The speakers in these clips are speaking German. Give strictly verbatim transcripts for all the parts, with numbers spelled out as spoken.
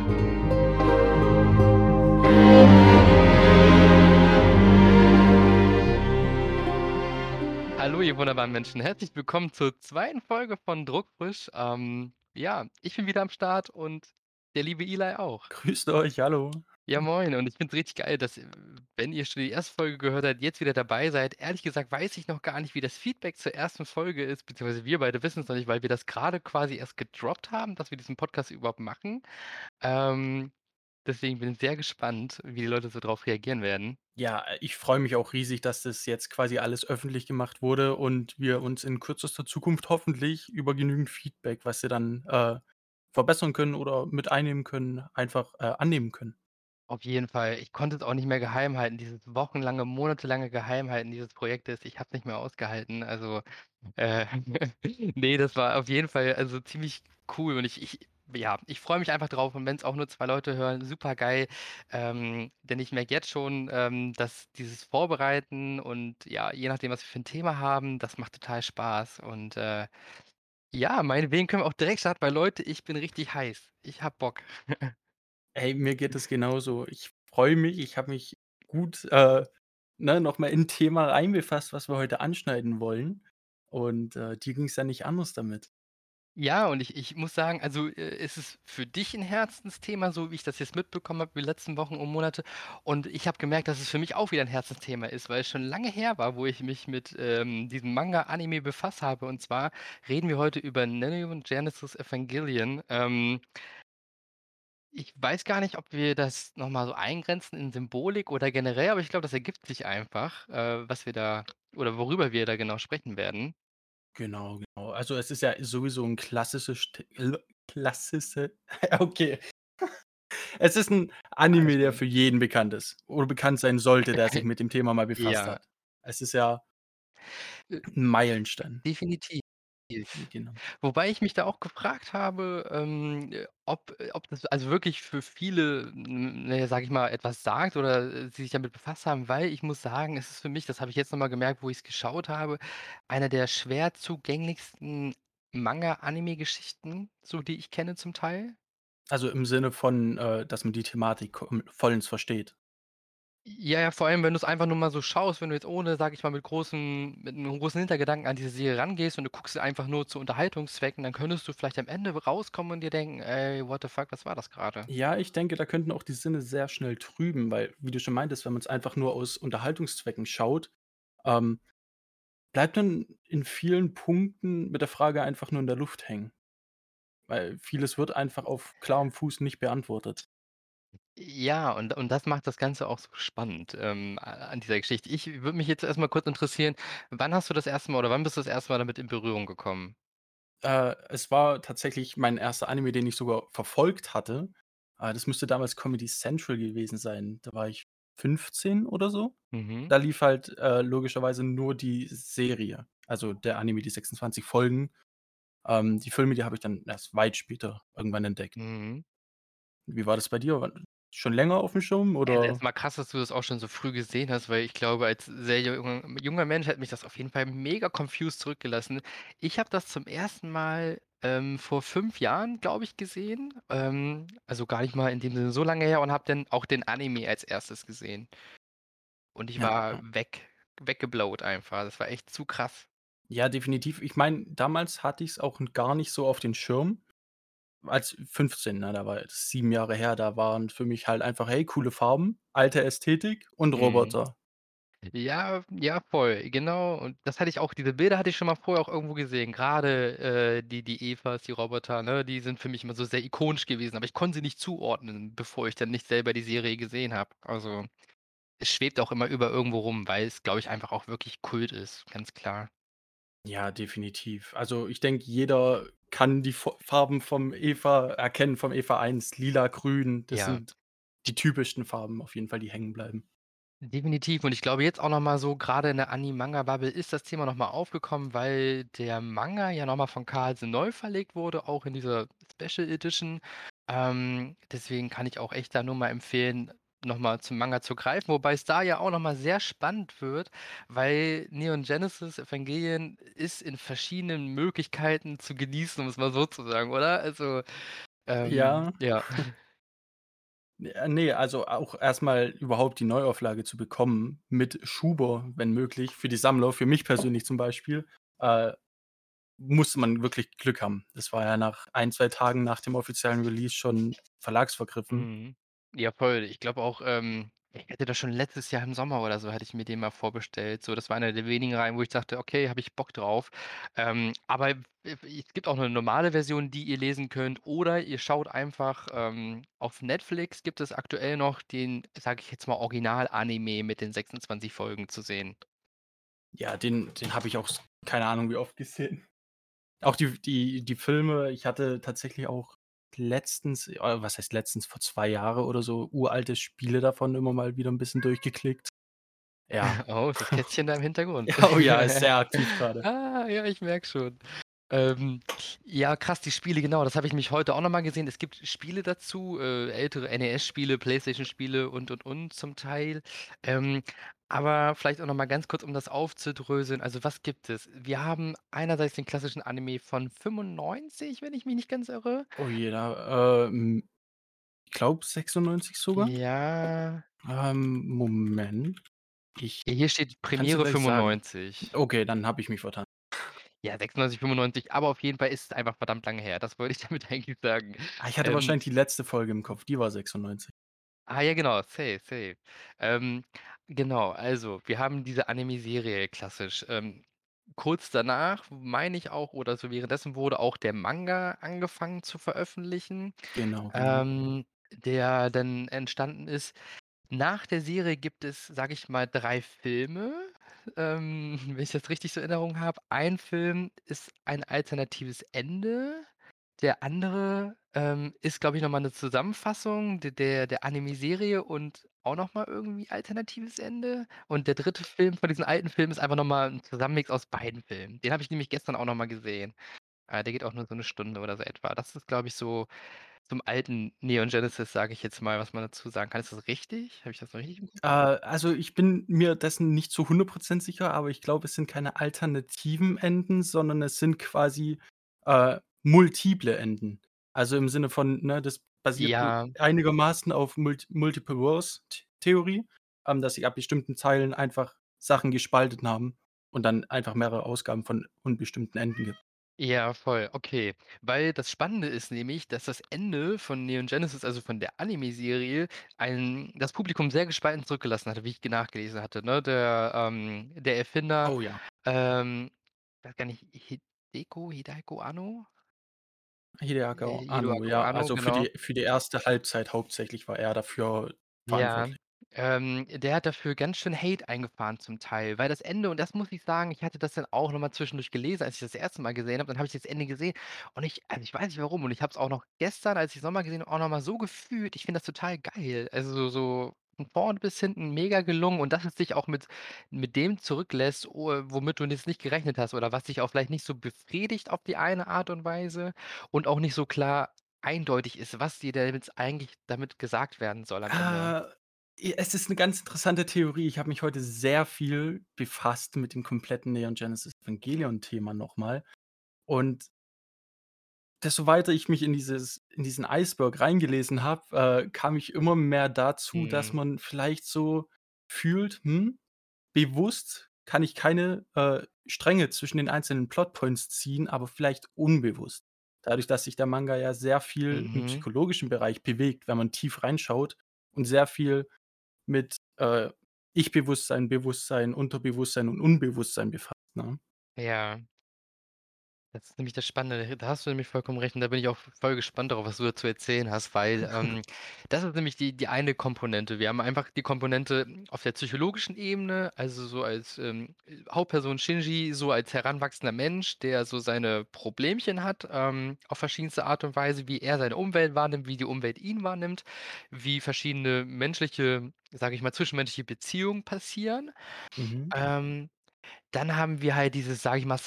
Hallo, ihr wunderbaren Menschen. Herzlich willkommen zur zweiten Folge von Druckfrisch. Ähm, ja, ich bin wieder am Start und der liebe Eli auch. Grüßt euch, hallo. Ja, moin. Und ich finde es richtig geil, dass, äh, wenn ihr schon die erste Folge gehört habt, jetzt wieder dabei seid. Ehrlich gesagt weiß ich noch gar nicht, wie das Feedback zur ersten Folge ist, beziehungsweise wir beide wissen es noch nicht, weil wir das gerade quasi erst gedroppt haben, dass wir diesen Podcast überhaupt machen. Ähm, deswegen bin ich sehr gespannt, wie die Leute so drauf reagieren werden. Ja, äh, ich freue mich auch riesig, dass das jetzt quasi alles öffentlich gemacht wurde und wir uns in kürzester Zukunft hoffentlich über genügend Feedback, was wir dann, äh, verbessern können oder mit einnehmen können, einfach, äh, annehmen können. Auf jeden Fall. Ich konnte es auch nicht mehr geheim halten, dieses wochenlange, monatelange Geheimhalten dieses Projektes. Ich habe es nicht mehr ausgehalten. Also, äh, ne, das war auf jeden Fall, also, ziemlich cool und ich ich ja, ich freue mich einfach drauf und wenn es auch nur zwei Leute hören, supergeil. Ähm, denn ich merke jetzt schon, ähm, dass dieses Vorbereiten und ja, je nachdem, was wir für ein Thema haben, das macht total Spaß und, äh, ja, meinetwegen können wir auch direkt starten, weil Leute, ich bin richtig heiß. Ich habe Bock. Hey, mir geht es genauso. Ich freue mich, ich habe mich gut, äh, ne, noch mal in 'n Thema reinbefasst, was wir heute anschneiden wollen und, äh, dir ging's ja nicht anders damit. Ja, und ich ich muss sagen, also, äh, ist es für dich ein Herzensthema, so wie ich das jetzt mitbekommen habe, die letzten Wochen und Monate. Und ich habe gemerkt, dass es für mich auch wieder ein Herzensthema ist, weil es schon lange her war, wo ich mich mit, ähm, diesem Manga, Anime befasst habe. Und zwar reden wir heute über Neon Genesis Evangelion. Ähm, ich weiß gar nicht, ob wir das noch mal so eingrenzen in Symbolik oder generell, aber ich glaube, das ergibt sich einfach, äh, was wir da oder worüber wir da genau sprechen werden. Genau, genau. Also, es ist ja sowieso 'n klassisches St l klassische okay. Es ist 'n Alles Anime, der gut. für jeden bekannt ist oder bekannt sein sollte, der sich mit dem Thema mal befasst Ja. hat. Es ist ja Äh, 'n Meilenstein. definitiv. Genau. Wobei ich mich da auch gefragt habe, ähm, äh, ob äh, ob das also wirklich für viele, n na ja, sage ich mal, etwas sagt oder, äh, sie sich damit befasst haben, weil ich muss sagen, es ist für mich, das habe ich jetzt noch mal gemerkt, wo ich's geschaut habe, einer der schwer zugänglichsten Manga-Anime-Geschichten, so die ich kenne zum Teil. Also, im Sinne von, äh, dass man die Thematik kom vollends versteht. Ja, ja, vor allem, wenn du's einfach nur mal so schaust, wenn du jetzt ohne, sage ich mal, mit großen mit 'nem großen Hintergedanken an diese Serie rangehst und du guckst sie einfach nur zu Unterhaltungszwecken, dann könntest du vielleicht am Ende rauskommen und dir denken: „Ey, what the fuck, was war das grade?“ Ja, ich denke, da könnten auch die Sinne sehr schnell trüben, weil, wie du schon meintest, wenn man's einfach nur aus Unterhaltungszwecken schaut, ähm, bleibt dann in vielen Punkten mit der Frage einfach nur in der Luft hängen, weil vieles wird einfach auf klarem Fuß nicht beantwortet. Ja, und und das macht das Ganze auch so spannend, ähm, a an dieser Geschichte. Ich würde mich jetzt erst mal kurz interessieren, wann hast du das erste Mal oder wann bist du das erste Mal damit in Berührung gekommen? Äh, es war tatsächlich mein erster Anime, den ich sogar verfolgt hatte. Äh, das müsste damals Comedy Central gewesen sein. Da war ich fünfzehn oder so. Mhm. Da lief halt, äh, logischerweise nur die Serie, also der Anime, die sechsundzwanzig Folgen. Ähm, die Filme, die habe ich dann erst weit später irgendwann entdeckt. Mhm. Wie war das bei dir? Wa schon länger aufm Schirm Ja, oder? erst mal krass, dass du das auch schon so früh gesehen hast, weil ich glaube, als sehr junger junger Mensch hätte mich das auf jeden Fall mega confused zurückgelassen. Ich habe das zum ersten Mal, ähm, vor fünf Jahren, glaube ich, gesehen, ähm, also gar nicht mal in dem Sinne so lange her und habe dann auch den Anime als erstes gesehen. Und ich Ja, war ja. weg weggeblowt einfach. Das war echt zu krass. Ja, definitiv. Ich meine, damals hatte ich's auch n gar nicht so auf den Schirm. Als fünfzehn, ne, da war jetzt sieben Jahre her, da waren für mich halt einfach: „Hey, coole Farben, alte Ästhetik und Mhm. Roboter." Ja, ja, voll, genau. Und das hatte ich auch diese Bilder hatte ich schon mal vorher auch irgendwo gesehen. Grade, äh, die die Evas, die Roboter, ne, die sind für mich immer so sehr ikonisch gewesen, aber ich konnte sie nicht zuordnen, bevor ich dann nicht selber die Serie gesehen habe. Also, es schwebt auch immer über irgendwo rum, weil es, glaube ich, einfach auch wirklich Kult ist, ganz klar. Ja, definitiv. Also, ich denke, jeder kann die Vo Farben vom Eva erkennen, vom Eva eins, lila, grün. Das Ja. sind die typischsten Farben auf jeden Fall, die hängen bleiben. Definitiv und ich glaube jetzt auch noch mal so grade in der Ani-Manga-Bubble ist das Thema noch mal aufgekommen, weil der Manga ja noch mal von Carlsen neu verlegt wurde, auch in dieser Special Edition. Ähm, deswegen kann ich auch echt da nur mal empfehlen, noch mal zum Manga zu greifen, wobei es da ja auch noch mal sehr spannend wird, weil Neon Genesis Evangelion ist in verschiedenen Möglichkeiten zu genießen, um es mal so zu sagen, oder? Also, ähm, Ja. ja. Äh, ne, also auch erst mal überhaupt die Neuauflage zu bekommen mit Schuber, wenn möglich, für die Sammler, für mich persönlich zum Beispiel, äh, musste man wirklich Glück haben. Das war ja nach ein, zwei Tagen nach dem offiziellen Release schon verlagsvergriffen. Mhm. Ja, voll. Ich glaube auch, ähm, ich hatte das schon letztes Jahr im Sommer oder so hatte ich mir den mal vorbestellt. So, das war einer der wenigen Reihen, wo ich dachte: „Okay, habe ich Bock drauf.“ Ähm, aber w es gibt auch 'ne normale Version, die ihr lesen könnt, oder ihr schaut einfach, ähm auf Netflix gibt es aktuell noch den, sage ich jetzt mal, Original-Anime mit den sechsundzwanzig Folgen zu sehen. Ja, den den habe ich auch s keine Ahnung wie oft gesehen. Auch die die die Filme, ich hatte tatsächlich auch letztens äh, was heißt letztens, vor zwei Jahre oder so, uralte Spiele davon immer mal wieder 'n bisschen durchgeklickt. Ja. Oh, ist das Kätzchen da im Hintergrund? Ja, oh ja, ist sehr aktiv grade. Ah, ja, ich merke schon. Ähm, ja, krass, die Spiele, genau, das habe ich nämlich heute auch noch mal gesehen. Es gibt Spiele dazu, äh, ältere NES-Spiele, PlayStation-Spiele und, und, und zum Teil. Ähm, aber vielleicht auch noch mal ganz kurz, um das aufzudröseln. Also, was gibt es? Wir haben einerseits den klassischen Anime von fünfundneunzig, wenn ich mich nicht ganz irre. Oh je, da, ähm, ich glaube sechsundneunzig sogar? Ja. Ähm, Moment. Ich Hier steht kann's dir Premiere gleich sagen. fünfundneunzig. Okay, dann habe ich mich vertan. Ja, sechsundneunzig, fünfundneunzig, aber auf jeden Fall ist es einfach verdammt lange her. Das wollte ich damit eigentlich sagen. Ah, ich hatte Ähm wahrscheinlich die letzte Folge im Kopf, die war sechsundneunzig. Ah ja, genau, safe, safe. Ähm, genau, also, wir haben diese Anime-Serie klassisch. Ähm, kurz danach, meine ich auch oder so währenddessen wurde auch der Manga angefangen zu veröffentlichen, Genau, genau. ähm, der dann entstanden ist. Nach der Serie gibt es, sage ich mal, drei Filme, ähm, wenn ich das richtig so in Erinnerung habe. Ein Film ist ein alternatives Ende. Der andere, ähm, ist, glaube ich, noch mal 'ne Zusammenfassung d der der Anime-Serie und auch noch mal irgendwie alternatives Ende. Und der dritte Film von diesen alten Filmen ist einfach noch mal 'n Zusammenmix aus beiden Filmen. Den habe ich nämlich gestern auch noch mal gesehen. Äh, der geht auch nur so 'ne Stunde oder so etwa. Das ist, glaube ich, so zum alten Neon Genesis, sage ich jetzt mal, was man dazu sagen kann. Ist das richtig? Habe ich das noch richtig im Kopf? Äh, also, ich bin mir dessen nicht zu hundert Prozent sicher, aber ich glaube, es sind keine alternativen Enden, sondern es sind quasi, äh, multiple Enden. Also, im Sinne von, ne, das basiert wohl Ja. einigermaßen auf Mult Multiple-Verse-T-Theorie, ähm, dass sie ab bestimmten Teilen einfach Sachen gespalten haben und dann einfach mehrere Ausgaben von unbestimmten Enden gibt. Ja, voll, okay. Weil das Spannende ist nämlich, dass das Ende von Neon Genesis, also von der Anime-Serie, ein das Publikum sehr gespalten zurückgelassen hatte, wie ich ge nachgelesen hatte, ne? Der, ähm der Erfinder, Oh ja. ähm, weiß gar nicht, Hideko Hidehiko Anno? Hideaki Äh, Anno, Hideaki ja, Anno, also für genau. die für die erste Halbzeit hauptsächlich war er dafür Ja, verantwortlich. ähm, der hat dafür ganz schön Hate eingefahren zum Teil, weil das Ende und das muss ich sagen, ich hatte das dann auch noch mal zwischendurch gelesen, als ich das erste Mal gesehen habe, dann habe ich das Ende gesehen und ich also, ich weiß nicht warum und ich habe es auch noch gestern, als ich's noch mal gesehen habe, auch noch mal so gefühlt. Ich finde das total geil. Also, so so von vorne bis hinten mega gelungen und dass es dich auch mit mit dem zurücklässt, o womit du jetzt nicht gerechnet hast oder was dich auch vielleicht nicht so befriedigt auf die eine Art und Weise und auch nicht so klar eindeutig ist, was dir da jetzt eigentlich damit gesagt werden soll am Ende. Äh, e es ist 'ne ganz interessante Theorie. Ich habe mich heute sehr viel befasst mit dem kompletten Neon Genesis Evangelion-Thema noch mal und desto weiter ich mich in dieses in diesen Iceberg reingelesen habe, äh, kam ich immer mehr dazu, dass Mhm. man vielleicht so fühlt: „Hm, bewusst kann ich keine, äh, Stränge zwischen den einzelnen Plotpoints ziehen, aber vielleicht unbewusst.“ Dadurch, dass sich der Manga ja sehr viel im Mhm. psychologischen Bereich bewegt, wenn man tief reinschaut und sehr viel mit, äh, Ich-Bewusstsein, Bewusstsein, Unterbewusstsein und Unbewusstsein befasst, ne? Ja. Das ist nämlich das Spannende. Da hast du nämlich vollkommen recht und da bin ich auch voll gespannt darauf, was du da zu erzählen hast, weil, ähm, das ist nämlich die die eine Komponente. Wir haben einfach die Komponente auf der psychologischen Ebene, also so als, ähm, Hauptperson Shinji, so als heranwachsender Mensch, der so seine Problemchen hat, ähm, auf verschiedenste Art und Weise, wie er seine Umwelt wahrnimmt, wie die Umwelt ihn wahrnimmt, wie verschiedene menschliche, sage ich mal, zwischenmenschliche Beziehungen passieren. Mhm. Ähm, dann haben wir halt dieses, sage ich mal,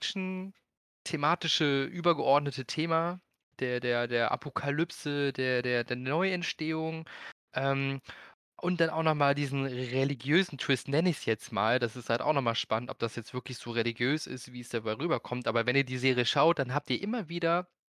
Science-Fiction-thematische, übergeordnete Thema der der der Apokalypse, der der der Neuentstehung, ähm, und dann auch noch mal diesen religiösen Twist, nenne ich's jetzt mal. Das ist halt auch noch mal spannend, ob das jetzt wirklich so religiös ist, wie es dabei rüberkommt. Aber wenn ihr die Serie schaut, dann habt ihr immer wieder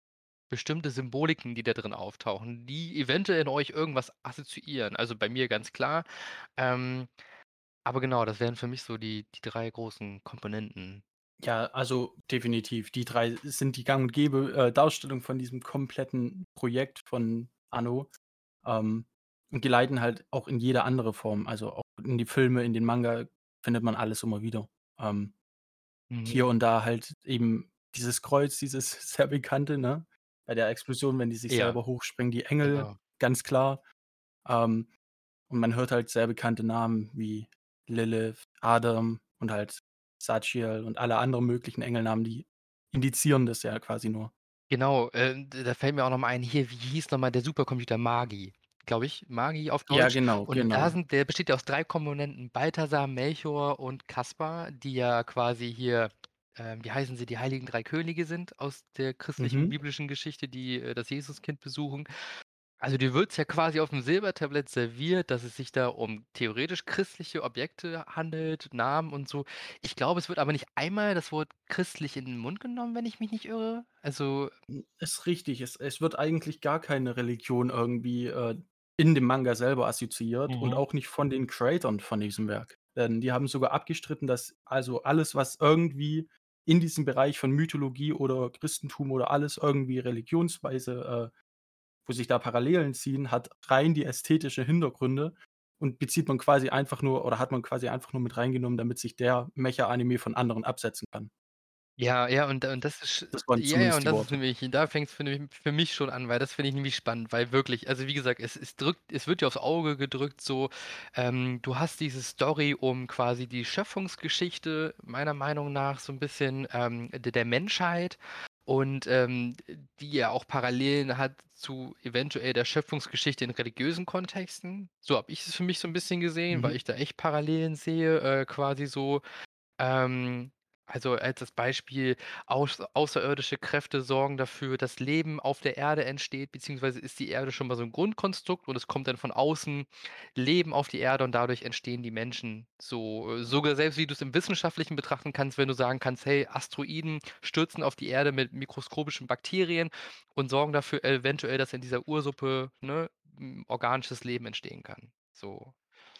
bestimmte Symboliken, die da drin auftauchen, die eventuell in euch irgendwas assoziieren. Also, bei mir ganz klar. Ähm, aber genau, das wären für mich so die die drei großen Komponenten. Ja, also definitiv. Die drei sind die gang und gäbe, äh, Darstellung von diesem kompletten Projekt von Anno. Ähm, und die leiten halt auch in jede andere Form, also auch in die Filme, in den Manga findet man alles immer wieder. Ähm, Mhm. hier und da halt eben dieses Kreuz, dieses sehr bekannte, ne? Bei der Explosion, wenn die sich Ja, selber hochspringen, die Engel, genau. ganz klar. Ähm, und man hört halt sehr bekannte Namen wie Lilith, Adam und halt Sachiel und alle anderen möglichen Engelnamen, die indizieren das ja quasi nur. Genau, äh, d da fällt mir auch noch mal ein, hier, wie hieß noch mal der Supercomputer? Magi, glaube ich, Magi auf Ja, Deutsch. genau, Und da genau. sind der besteht ja aus drei Komponenten, Balthasar, Melchior und Kaspar, die ja quasi hier, ähm, wie heißen sie, die heiligen drei Könige sind aus der christlichen Mhm. biblischen Geschichte, die, äh, das Jesuskind besuchen. Also, dir wird's ja quasi aufm Silbertablett serviert, dass es sich da um theoretisch christliche Objekte handelt, Namen und so. Ich glaube, es wird aber nicht einmal das Wort christlich in den Mund genommen, wenn ich mich nicht irre. Also Hm, ist richtig. Es es wird eigentlich gar keine Religion irgendwie, äh, in dem Manga selber assoziiert und Mhm. auch nicht von den Creatern von diesem Werk. Denn die haben sogar abgestritten, dass also alles, was irgendwie in diesem Bereich von Mythologie oder Christentum oder alles irgendwie religionsweise, äh wo sich da Parallelen ziehen, hat rein die ästhetische Hintergründe und bezieht man quasi einfach nur oder hat man quasi einfach nur mit reingenommen, damit sich der Mecha-Anime von anderen absetzen kann. Ja, ja, und und das ist Das waren ja, ja, und zumindest die das ist Worte. nämlich da fängt's für mich für mich schon an, weil das finde ich nämlich spannend, weil wirklich also, wie gesagt, es es drückt es wird dir aufs Auge gedrückt so, ähm, du hast diese Story um quasi die Schöpfungsgeschichte meiner Meinung nach so 'n bisschen, ähm, d der Menschheit und, ähm, die ja auch Parallelen hat zu eventuell der Schöpfungsgeschichte in religiösen Kontexten. So habe ich es für mich so 'n bisschen gesehen, weil Mhm. ich da echt Parallelen sehe, äh, quasi so. Ähm, also als das Beispiel, auß außerirdische Kräfte sorgen dafür, dass Leben auf der Erde entsteht, beziehungsweise ist die Erde schon mal so 'n Grundkonstrukt und es kommt dann von außen Leben auf die Erde und dadurch entstehen die Menschen. So, äh, sogar selbst wie du's im Wissenschaftlichen betrachten kannst, wenn du sagen kannst: „Hey, Asteroiden stürzen auf die Erde mit mikroskopischen Bakterien und sorgen dafür eventuell, dass in dieser Ursuppe, ne, hm, organisches Leben entstehen kann.“ So.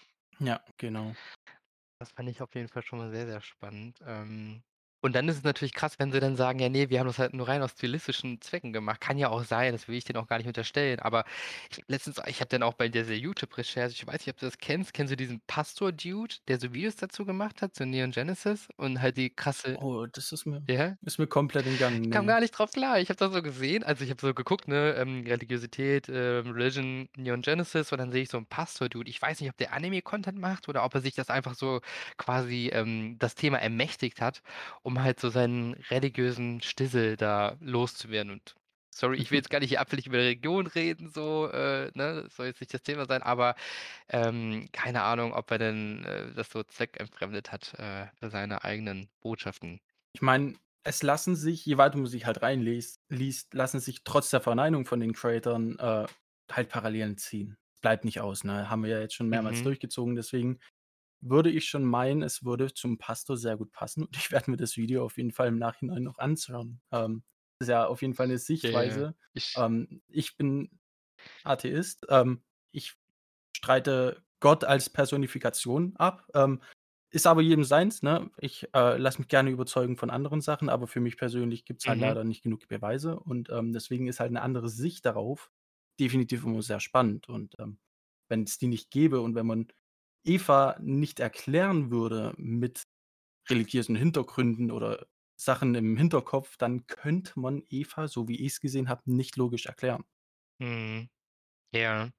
Ja, genau. Das fand ich auf jeden Fall schon mal sehr, sehr spannend. Ähm, und dann ist es natürlich krass, wenn sie dann sagen: „Ja, ne, wir haben das halt nur rein aus stilistischen Zwecken gemacht.“ Kann ja auch sein, das will ich denen auch gar nicht unterstellen, aber ich habe letztens ich habe dann auch bei dieser YouTube-Recherche ich weiß nicht, ob du das kennst. Kennst du diesen Pastor-Dude, der so Videos dazu gemacht hat, zu Neon Genesis und halt die krasse Oh, das ist mir ja? ist mir komplett entgangen, Ich kam ne. gar nicht drauf klar. Ich habe das so gesehen also, ich habe so geguckt, ne, ähm, Religiosität, ähm, Religion, Neon Genesis und dann sehe ich so 'n Pastor-Dude. Ich weiß nicht, ob der Anime-Content macht oder ob er sich das einfach so quasi, ähm das Thema ermächtigt hat, um halt so seinen religiösen Stissel da loszuwerden und sorry, ich will jetzt gar nicht hier abfällig über Religion reden so, äh, ne? Das soll jetzt nicht das Thema sein, aber, ähm, keine Ahnung, ob er denn, äh, das so zweckentfremdet hat, äh, für seine eigenen Botschaften. Ich meine, es lassen sich, je weiter man sich halt reinliest liest, lassen sich trotz der Verneinung von den Creatoren, äh, halt Parallelen ziehen. Bleibt nicht aus, ne? Haben wir ja jetzt schon mehrmals Mhm. durchgezogen, deswegen würde ich schon meinen, es würde zum Pastor sehr gut passen und ich werde mir das Video auf jeden Fall im Nachhinein noch anschauen. Ähm, ist ja auf jeden Fall 'ne Ja, ja. Sichtweise. Ich Ähm, ich bin Atheist. Ähm, ich streite Gott als Personifikation ab, ähm, ist aber jedem seins, ne? Ich, äh, lasse mich gerne überzeugen von anderen Sachen, aber für mich persönlich gibt's halt Mhm. leider nicht genug Beweise und, ähm, deswegen ist halt 'ne andere Sicht darauf definitiv immer sehr spannend und, ähm, wenn's die nicht gäbe und wenn man Eva nicht erklären würde mit religiösen Hintergründen oder Sachen im Hinterkopf, dann könnte man Eva, so wie ich's gesehen habe, nicht logisch erklären. Mhm. Ja.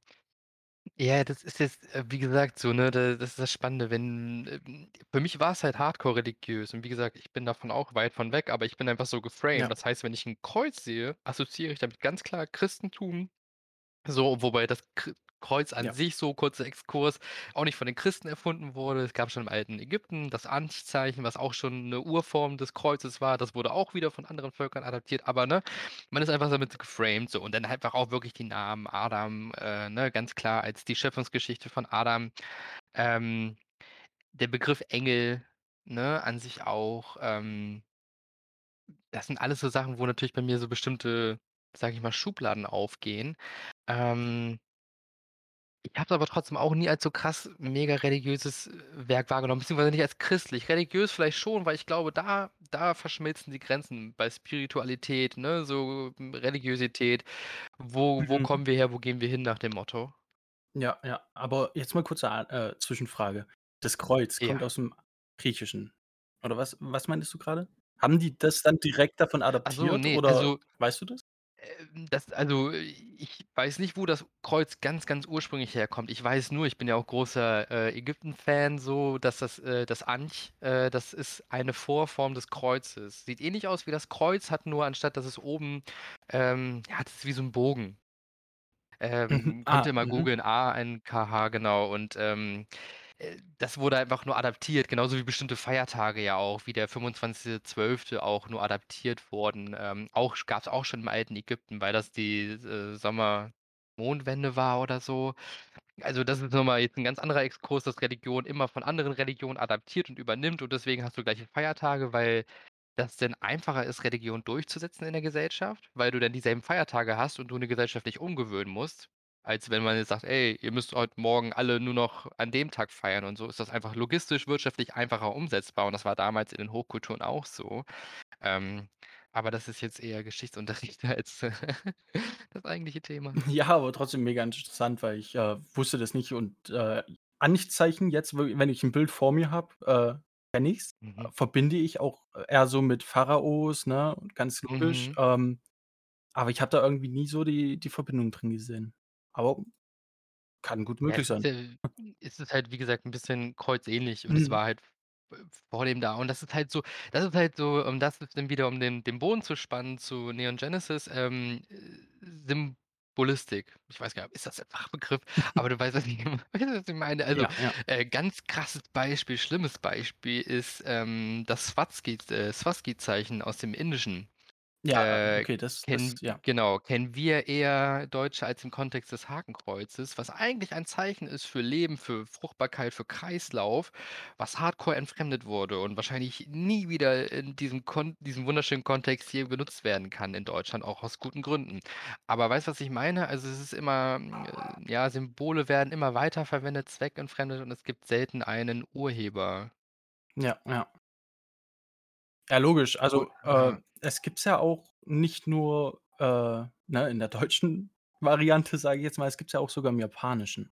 Ja, das ist jetzt, äh, wie gesagt, so, ne, da das ist das Spannende, wenn, ähm für mich war's halt hardcore religiös und wie gesagt, ich bin davon auch weit von weg, aber ich bin einfach so geframed. Ja. Das heißt, wenn ich 'n Kreuz sehe, assoziiere ich damit ganz klar Christentum. So, wobei das Kr Kreuz an Ja. sich so, kurzer Exkurs, auch nicht von den Christen erfunden wurde. Es gab schon im alten Ägypten das Anzeichen, was auch schon 'ne Urform des Kreuzes war. Das wurde auch wieder von anderen Völkern adaptiert, aber, ne, man ist einfach damit geframed so und dann einfach auch wirklich die Namen Adam, äh, ne, ganz klar als die Schöpfungsgeschichte von Adam. Ähm, der Begriff Engel, ne, an sich auch, ähm das sind alles so Sachen, wo natürlich bei mir so bestimmte sage ich mal, Schubladen aufgehen. Ähm ich habe es aber trotzdem auch nie als so krass mega religiöses, äh, Werk wahrgenommen, beziehungsweise nicht als christlich. Religiös vielleicht schon, weil ich glaube, da da verschmilzen die Grenzen bei Spiritualität, ne, so, hm, Religiosität. Wo wo Mhm. kommen wir her, wo gehen wir hin nach dem Motto. Ja, ja. Aber jetzt mal kurze a äh, Zwischenfrage. Das Kreuz kommt Ja. aus'm Griechischen, oder was was meintest du grade? Haben die das dann direkt davon Ach so, adaptiert ne, oder also, weißt du das? ähm, das also, ich weiß nicht, wo das Kreuz ganz, ganz ursprünglich herkommt. Ich weiß nur, ich bin ja auch großer, äh, Ägypten-Fan so, dass das, äh das Ankh, äh, das ist eine Vorform des Kreuzes. Sieht ähnlich aus wie das Kreuz, hat nur anstatt dass es oben, ähm ja, das ist wie so 'n Bogen. Mhm. Ähm, könnt Ah, ihr mal mhm. googeln, A N K H, genau. Und, ähm, äh, das wurde einfach nur adaptiert, genauso wie bestimmte Feiertage ja auch, wie der fünfundzwanzigste Zwölfte auch nur adaptiert wurden. Ähm, auch sch gab's auch schon im alten Ägypten, weil das die, äh, Sommer-Mondwende war oder so. Also, das ist noch mal jetzt 'n ganz anderer Exkurs, dass Religion immer von anderen Religionen adaptiert und übernimmt und deswegen hast du gleiche Feiertage, weil das denn einfacher ist, Religion durchzusetzen in der Gesellschaft, weil du dann dieselben Feiertage hast und du 'ne Gesellschaft nicht umgewöhnen musst, als wenn man jetzt sagt: „Ey, ihr müsst heute Morgen alle nur noch an dem Tag feiern“, und so ist das einfach logistisch, wirtschaftlich einfacher umsetzbar und das war damals in den Hochkulturen auch so. Ähm, aber das ist jetzt eher Geschichtsunterricht als das eigentliche Thema. Ja, aber trotzdem mega interessant, weil ich, äh, wusste das nicht und, äh, Anchzeichen jetzt, w wenn ich 'n Bild vor mir habe, äh, kenne ich's, Mhm. verbinde ich auch eher so mit Pharaos, ne, ganz logisch. Mhm. Ähm, aber ich habe da irgendwie nie so die die Verbindung drin gesehen. Aber kann gut Ja, möglich es ist sein. ja es ist halt, wie gesagt, 'n bisschen kreuzähnlich und es Mhm. war halt v vor dem da. Und das ist halt so das ist halt so um das ist dann wieder um den den Bogen zu spannen zu Neon Genesis, ähm, äh, Symbolistik. Ich weiß gar nicht, ist das der Fachbegriff? Aber du weißt, was ich weißt du, was ich meine? Also, Ja, ja. äh, ganz krasses Beispiel, schlimmes Beispiel ist, ähm, das Swastik äh, Swazi-Zeichen aus dem Indischen. Ja, Äh, okay, das das kennen ja. genau, kennen wir eher Deutsche als im Kontext des Hakenkreuzes, was eigentlich ein Zeichen ist für Leben, für Fruchtbarkeit, für Kreislauf, was hardcore entfremdet wurde und wahrscheinlich nie wieder in diesem Kon diesem wunderschönen Kontext hier benutzt werden kann in Deutschland, auch aus guten Gründen. Aber weißt du, was ich meine? Also, es ist immer hm, äh, ja, Symbole werden immer weiterverwendet, zweckentfremdet und es gibt selten einen Urheber. Ja, ja. Ja, logisch. Oh, Also, äh, ja. es gibt's ja auch nicht nur, äh, ne, in der deutschen Variante, sage ich jetzt mal, es gibt's ja auch sogar im Japanischen.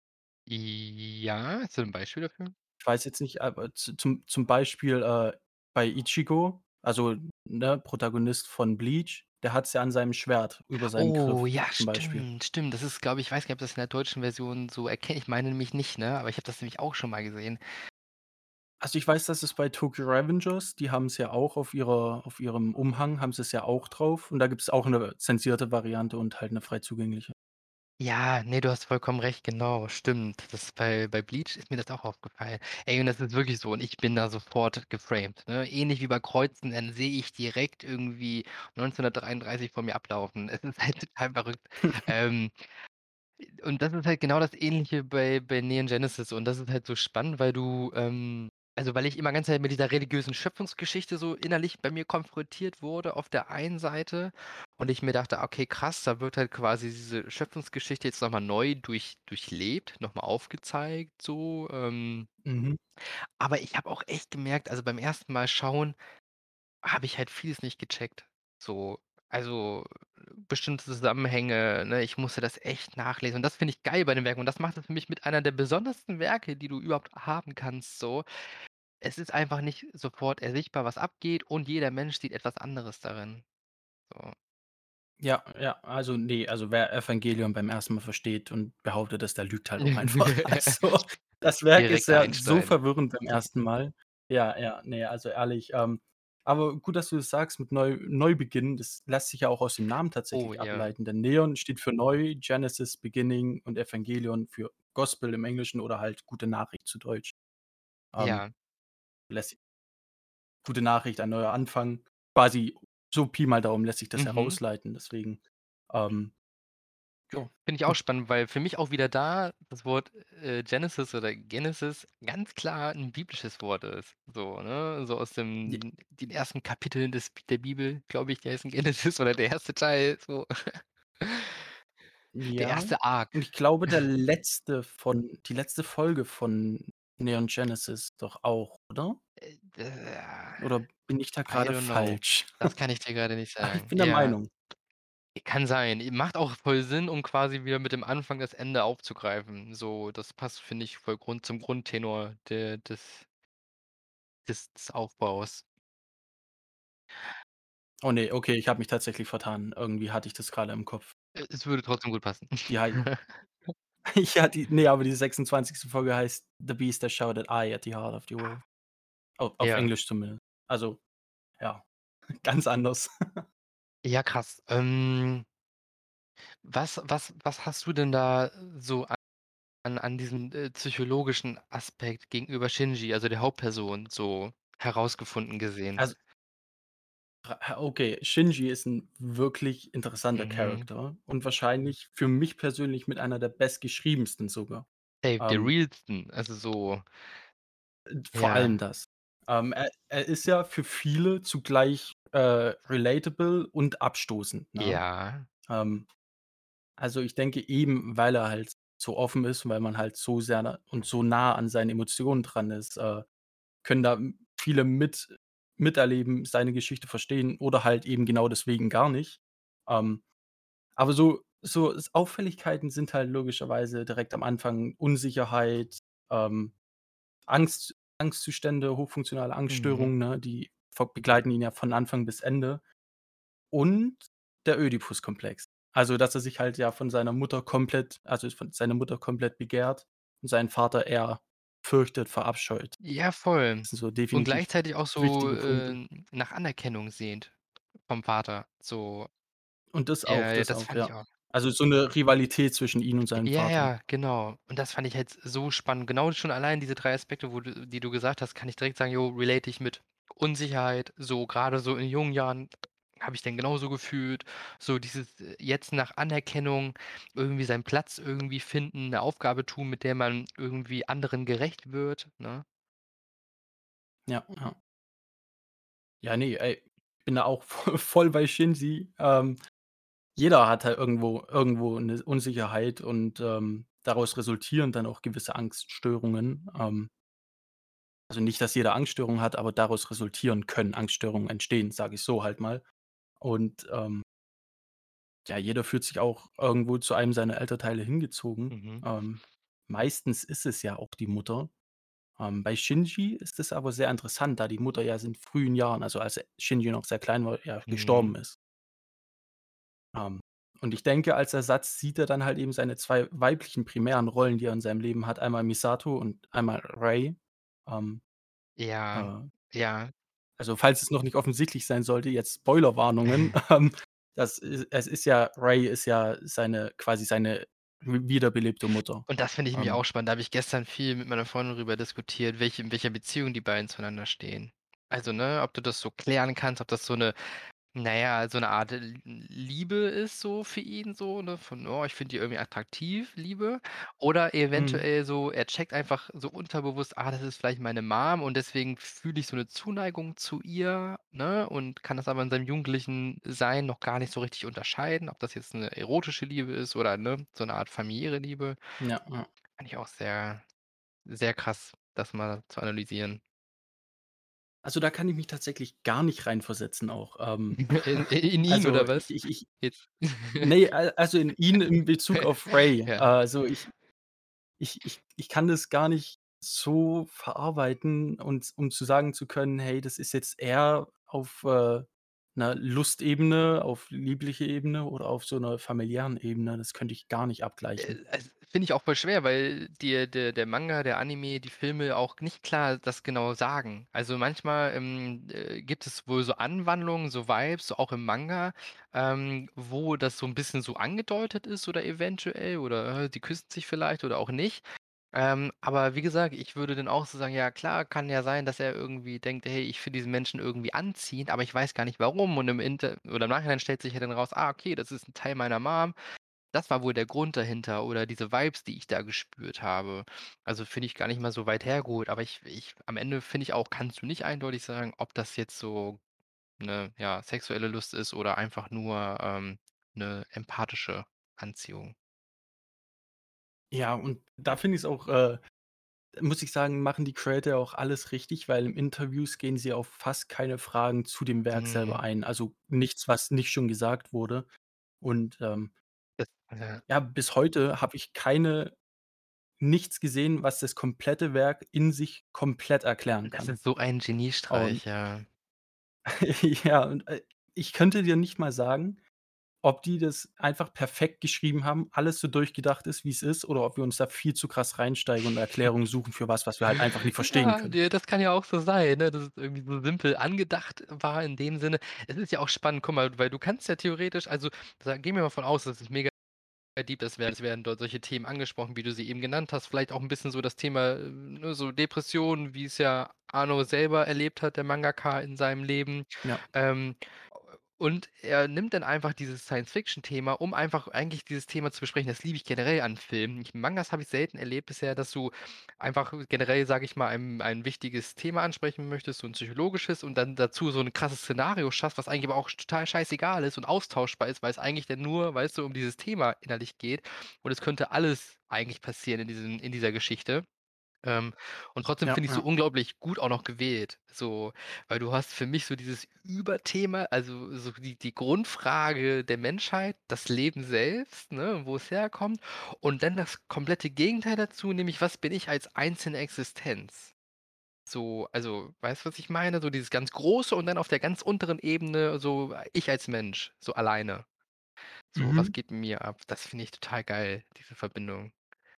Ja, hast du 'n Beispiel dafür? Ich weiß jetzt nicht, aber z zum zum Beispiel, äh, bei Ichigo, also, ne, Protagonist von Bleach, der hat's ja an seinem Schwert über seinem Oh, Griff ja, zum Beispiel. stimmt, stimmt. Das ist, glaube ich ich weiß gar nicht, ob das in der deutschen Version so erkennt ich meine nämlich nicht, ne? Aber ich habe das nämlich auch schon mal gesehen. Also, ich weiß, dass es bei Tokyo Revengers die haben's ja auch auf ihrer auf ihrem Umhang haben sie's ja auch drauf und da gibt's auch 'ne zensierte Variante und halt 'ne frei zugängliche. Ja, ne, du hast vollkommen recht, genau, stimmt. Das bei bei Bleach ist mir das auch aufgefallen. Ey, und das ist wirklich so und ich bin da sofort geframed, ne? Ähnlich wie bei Kreuzen, dann sehe ich direkt irgendwie neunzehnhundertdreiunddreißig vor mir ablaufen. Es ist halt total verrückt. Ähm, und das ist halt genau das Ähnliche bei bei Neon Genesis und das ist halt so spannend, weil du, ähm also, weil ich immer ganze Zeit mit dieser religiösen Schöpfungsgeschichte so innerlich bei mir konfrontiert wurde auf der einen Seite und ich mir dachte: „Okay, krass, da wird halt quasi diese Schöpfungsgeschichte jetzt noch mal neu durch durchlebt, noch mal aufgezeigt so“, ähm Mhm. aber ich habe auch echt gemerkt also, beim ersten Mal schauen habe ich halt vieles nicht gecheckt. So, also, bestimmte Zusammenhänge, ne? Ich musste das echt nachlesen und das finde ich geil bei den Werken und das macht es für mich mit einer der besondersten Werke, die du überhaupt haben kannst so. Es ist einfach nicht sofort ersichtbar, was abgeht und jeder Mensch sieht etwas anderes darin, so. Ja, ja, also, ne, also, wer Evangelion beim ersten Mal versteht und behauptet das, der lügt halt auch einfach. Also, das Werk ist Direkt ja so Einstein. verwirrend beim ersten Mal. Ja, ja, ne, also, ehrlich, ähm aber gut, dass du das sagst mit Neu Neubeginn, das lässt sich ja auch aus dem Namen Oh, tatsächlich ja. ableiten, denn Neon steht für neu, Genesis Beginning und Evangelion für Gospel im Englischen oder halt Gute Nachricht zu Deutsch. Ähm, Ja. lässt si Gute Nachricht, ein neuer Anfang. Quasi so Pi mal Daumen lässt sich das Mhm. herausleiten, deswegen, ähm Ja, Finde ich auch gut. spannend, weil für mich auch wieder da das Wort, äh, Genesis oder Genesis ganz klar 'n biblisches Wort ist, so, ne? So aus J dem den ersten Kapiteln des der Bibel, glaube ich, die heißen Genesis oder der erste Teil so. Der Ja, erste Ark. und ich glaube, der letzte von die letzte Folge von Neon Genesis doch auch, oder? Äh, d Oder bin ich da I grade don't know. falsch? Das kann ich dir grade nicht Ah, ich sagen. bin der Ja, Meinung. kann sein. Macht auch voll Sinn, um quasi wieder mit dem Anfang das Ende aufzugreifen. So, das passt, finde ich, voll Grund zum Grundtenor de des des des Aufbaus. Oh ne, okay, ich habe mich tatsächlich vertan. Irgendwie hatte ich das grade im Kopf. Äh, es würde trotzdem gut passen. Die hei ja, die ne, aber die sechsundzwanzigste Folge heißt „The Beast That Shouted I at the Heart of the Earth“. Au auf Ja. Englisch zumindest. Also, ja, ganz anders. Ja, krass. Ähm was was was hast du denn da so an an diesem, äh, psychologischen Aspekt gegenüber Shinji, also der Hauptperson, so herausgefunden gesehen? Also Ra okay, Shinji ist 'n wirklich interessanter Mhm. Character und wahrscheinlich für mich persönlich mit einer der bestgeschriebensten sogar. Ey, der Ähm realsten, also so Äh, vor allem Ja. das. Ähm, er er ist ja für viele zugleich, äh, relatable und abstoßend, ne? Ja. Ähm, also, ich denke eben, weil er halt so offen ist, weil man halt so sehr da und so nah an seinen Emotionen dran ist, äh, können da m viele mit miterleben, seine Geschichte verstehen oder halt eben genau deswegen gar nicht. Ähm, aber so so s Auffälligkeiten sind halt logischerweise direkt am Anfang Unsicherheit, ähm, Angst Angstzustände, hochfunktionale Mhm. Angststörungen, ne, die ver begleiten ihn ja von Anfang bis Ende. Und der Ödipus-Komplex. Also, dass er sich halt ja von seiner Mutter komplett also, von seiner Mutter komplett begehrt und seinen Vater eher fürchtet, verabscheut. Ja, voll. Das sind so Und definitiv gleichzeitig auch so, wichtige Punkte. äh, nach Anerkennung sehnt vom Vater, so. Und das auch, Ja, ja, das das auch, fand ich ja. auch. Also, so 'ne Rivalität zwischen ihm und seinem Ja, Vater. ja, genau. Und das fand ich halt so spannend. Genau schon allein diese drei Aspekte, wo du die du gesagt hast, kann ich direkt sagen: „Jo, relate ich mit.“ Unsicherheit, so grade so in jungen Jahren habe ich den genauso gefühlt. So dieses, äh, jetzt nach Anerkennung irgendwie seinen Platz irgendwie finden, 'ne Aufgabe tun, mit der man irgendwie anderen gerecht wird, ne? Ja, ja. Ja, ne, ey, bin da auch vo voll bei Shinji. Ähm, jeder hat halt irgendwo irgendwo 'ne Unsicherheit und, ähm, daraus resultieren dann auch gewisse Angststörungen. Ähm also, nicht, dass jeder Angststörungen hat, aber daraus resultieren können Angststörungen entstehen, sage ich so halt mal. Und, ähm ja, jeder fühlt sich auch irgendwo zu einem seiner Elternteile hingezogen. Mhm. Ähm, meistens ist es ja auch die Mutter. Ähm, bei Shinji ist es aber sehr interessant, da die Mutter ja in frühen Jahren, also, als Shinji noch sehr klein war, ja Mhm. gestorben ist. Ähm, und ich denke, als Ersatz sieht er dann halt eben seine zwei weiblichen primären Rollen, die er in seinem Leben hat, einmal Misato und einmal Rei. Ähm, Ja, äh ja. also, falls es noch nicht offensichtlich sein sollte, jetzt Spoilerwarnungen. Ähm, das i es ist ja Rei ist ja seine quasi seine w wiederbelebte Mutter. Und das finde ich nämlich Ähm auch spannend. Da habe ich gestern viel mit meiner Freundin drüber diskutiert, welche in welcher Beziehung die beiden zueinander stehen. Also, ne, ob du das so klären kannst, ob das so 'ne na ja, so 'ne Art L Liebe ist so für ihn so, ne, von: „Oh, ich finde die irgendwie attraktiv“, Liebe. Oder Mhm. eventuell so, er checkt einfach so unterbewusst: „Ah, das ist vielleicht meine Mom und deswegen fühle ich so 'ne Zuneigung zu ihr“, ne, und kann das aber in seinem jugendlichen Sein noch gar nicht so richtig unterscheiden, ob das jetzt 'ne erotische Liebe ist oder, ne, so 'ne Art familiäre Liebe. Ja, ja. Fand ich auch sehr sehr krass, das mal zu analysieren. Also, da kann ich mich tatsächlich gar nicht reinversetzen auch. Ähm, In in ihn also, oder ich was? ich ich Jetzt. ne, al also, in ihn in Bezug auf Rei. Ja. Also, ich ich ich ich kann das gar nicht so verarbeiten und um zu sagen zu können: „Hey, das ist jetzt eher auf, äh, 'ner Lustebene, auf lieblicher Ebene oder auf so 'ner familiären Ebene.“ Das könnte ich gar nicht Äh, abgleichen. es finde ich auch voll schwer, weil dir der der Manga, der Anime, die Filme auch nicht klar das genau sagen. Also, manchmal, ähm, äh, gibt es wohl so Anwandlungen, so Vibes, so auch im Manga, ähm, wo das so 'n bisschen so angedeutet ist oder eventuell oder, äh, die küssen sich vielleicht oder auch nicht. Ähm, aber wie gesagt, ich würde dann auch so sagen: „Ja klar, kann ja sein, dass er irgendwie denkt: ‚Hey, ich finde diesen Menschen irgendwie anziehend, aber ich weiß gar nicht warum.‘“ Und im Inter oder im Nachhinein stellt sich ja dann raus: „Ah, okay, das ist 'n Teil meiner Mom.“ Das war wohl der Grund dahinter oder diese Vibes, die ich da gespürt habe. Also, finde ich gar nicht mal so weit hergeholt, aber ich ich am Ende finde ich auch, kannst du nicht eindeutig sagen, ob das jetzt so 'ne, ja, sexuelle Lust ist oder einfach nur, ähm, 'ne empathische Anziehung. Ja, und da finde ich's auch, äh muss ich sagen, machen die Creator auch alles richtig, weil im Interviews gehen sie auf fast keine Fragen zu dem Werk selber Mhm. ein. Also, nichts, was nicht schon gesagt wurde. Und, ähm Das ja. ja, bis heute habe ich keine nichts gesehen, was das komplette Werk in sich komplett erklären Das kann. ist so ein Und Geniestreich, ja. ja, und, äh, ich könnte dir nicht mal sagen, ob die das einfach perfekt geschrieben haben, alles so durchgedacht ist, wie's ist, oder ob wir uns da viel zu krass reinsteigen und Erklärungen suchen für was, was wir halt einfach nicht verstehen Ja, können. ne, das kann ja auch so sein, ne, dass es irgendwie so simpel angedacht war in dem Sinne. Es ist ja auch spannend, guck mal, weil du kannst ja theoretisch also, sa gehen wir mal von aus, dass es mega deep ist, es werden dort solche Themen angesprochen, wie du sie eben genannt hast. Vielleicht auch 'n bisschen so das Thema, äh, ne, so Depressionen, wie es ja Anno selber erlebt hat, der Mangaka in seinem Leben. Ja. Ähm, und er nimmt dann einfach dieses Science-Fiction-Thema, um einfach eigentlich dieses Thema zu besprechen. Das liebe ich generell an Filmen. Ich Mangas habe ich selten erlebt bisher, dass du einfach generell, sage ich mal, ein ein wichtiges Thema ansprechen möchtest, so 'n psychologisches und dann dazu so 'n krasses Szenario schaffst, was eigentlich aber auch total scheißegal ist und austauschbar ist, weil's eigentlich dann nur, weißt du, um dieses Thema innerlich geht. Und es könnte alles eigentlich passieren in diesen in dieser Geschichte. Ähm, und trotzdem Ja, finde ich so ja. unglaublich gut auch noch gewählt. So, weil du hast für mich so dieses Überthema, also, so die die Grundfrage der Menschheit, das Leben selbst, ne, wo es herkommt und dann das komplette Gegenteil dazu, nämlich was bin ich als einzelne Existenz? So, also, weißt du, was ich meine? So dieses ganz Große und dann auf der ganz unteren Ebene so ich als Mensch, so alleine. So, was Mhm. geht in mir ab? Das finde ich total geil, diese Verbindung.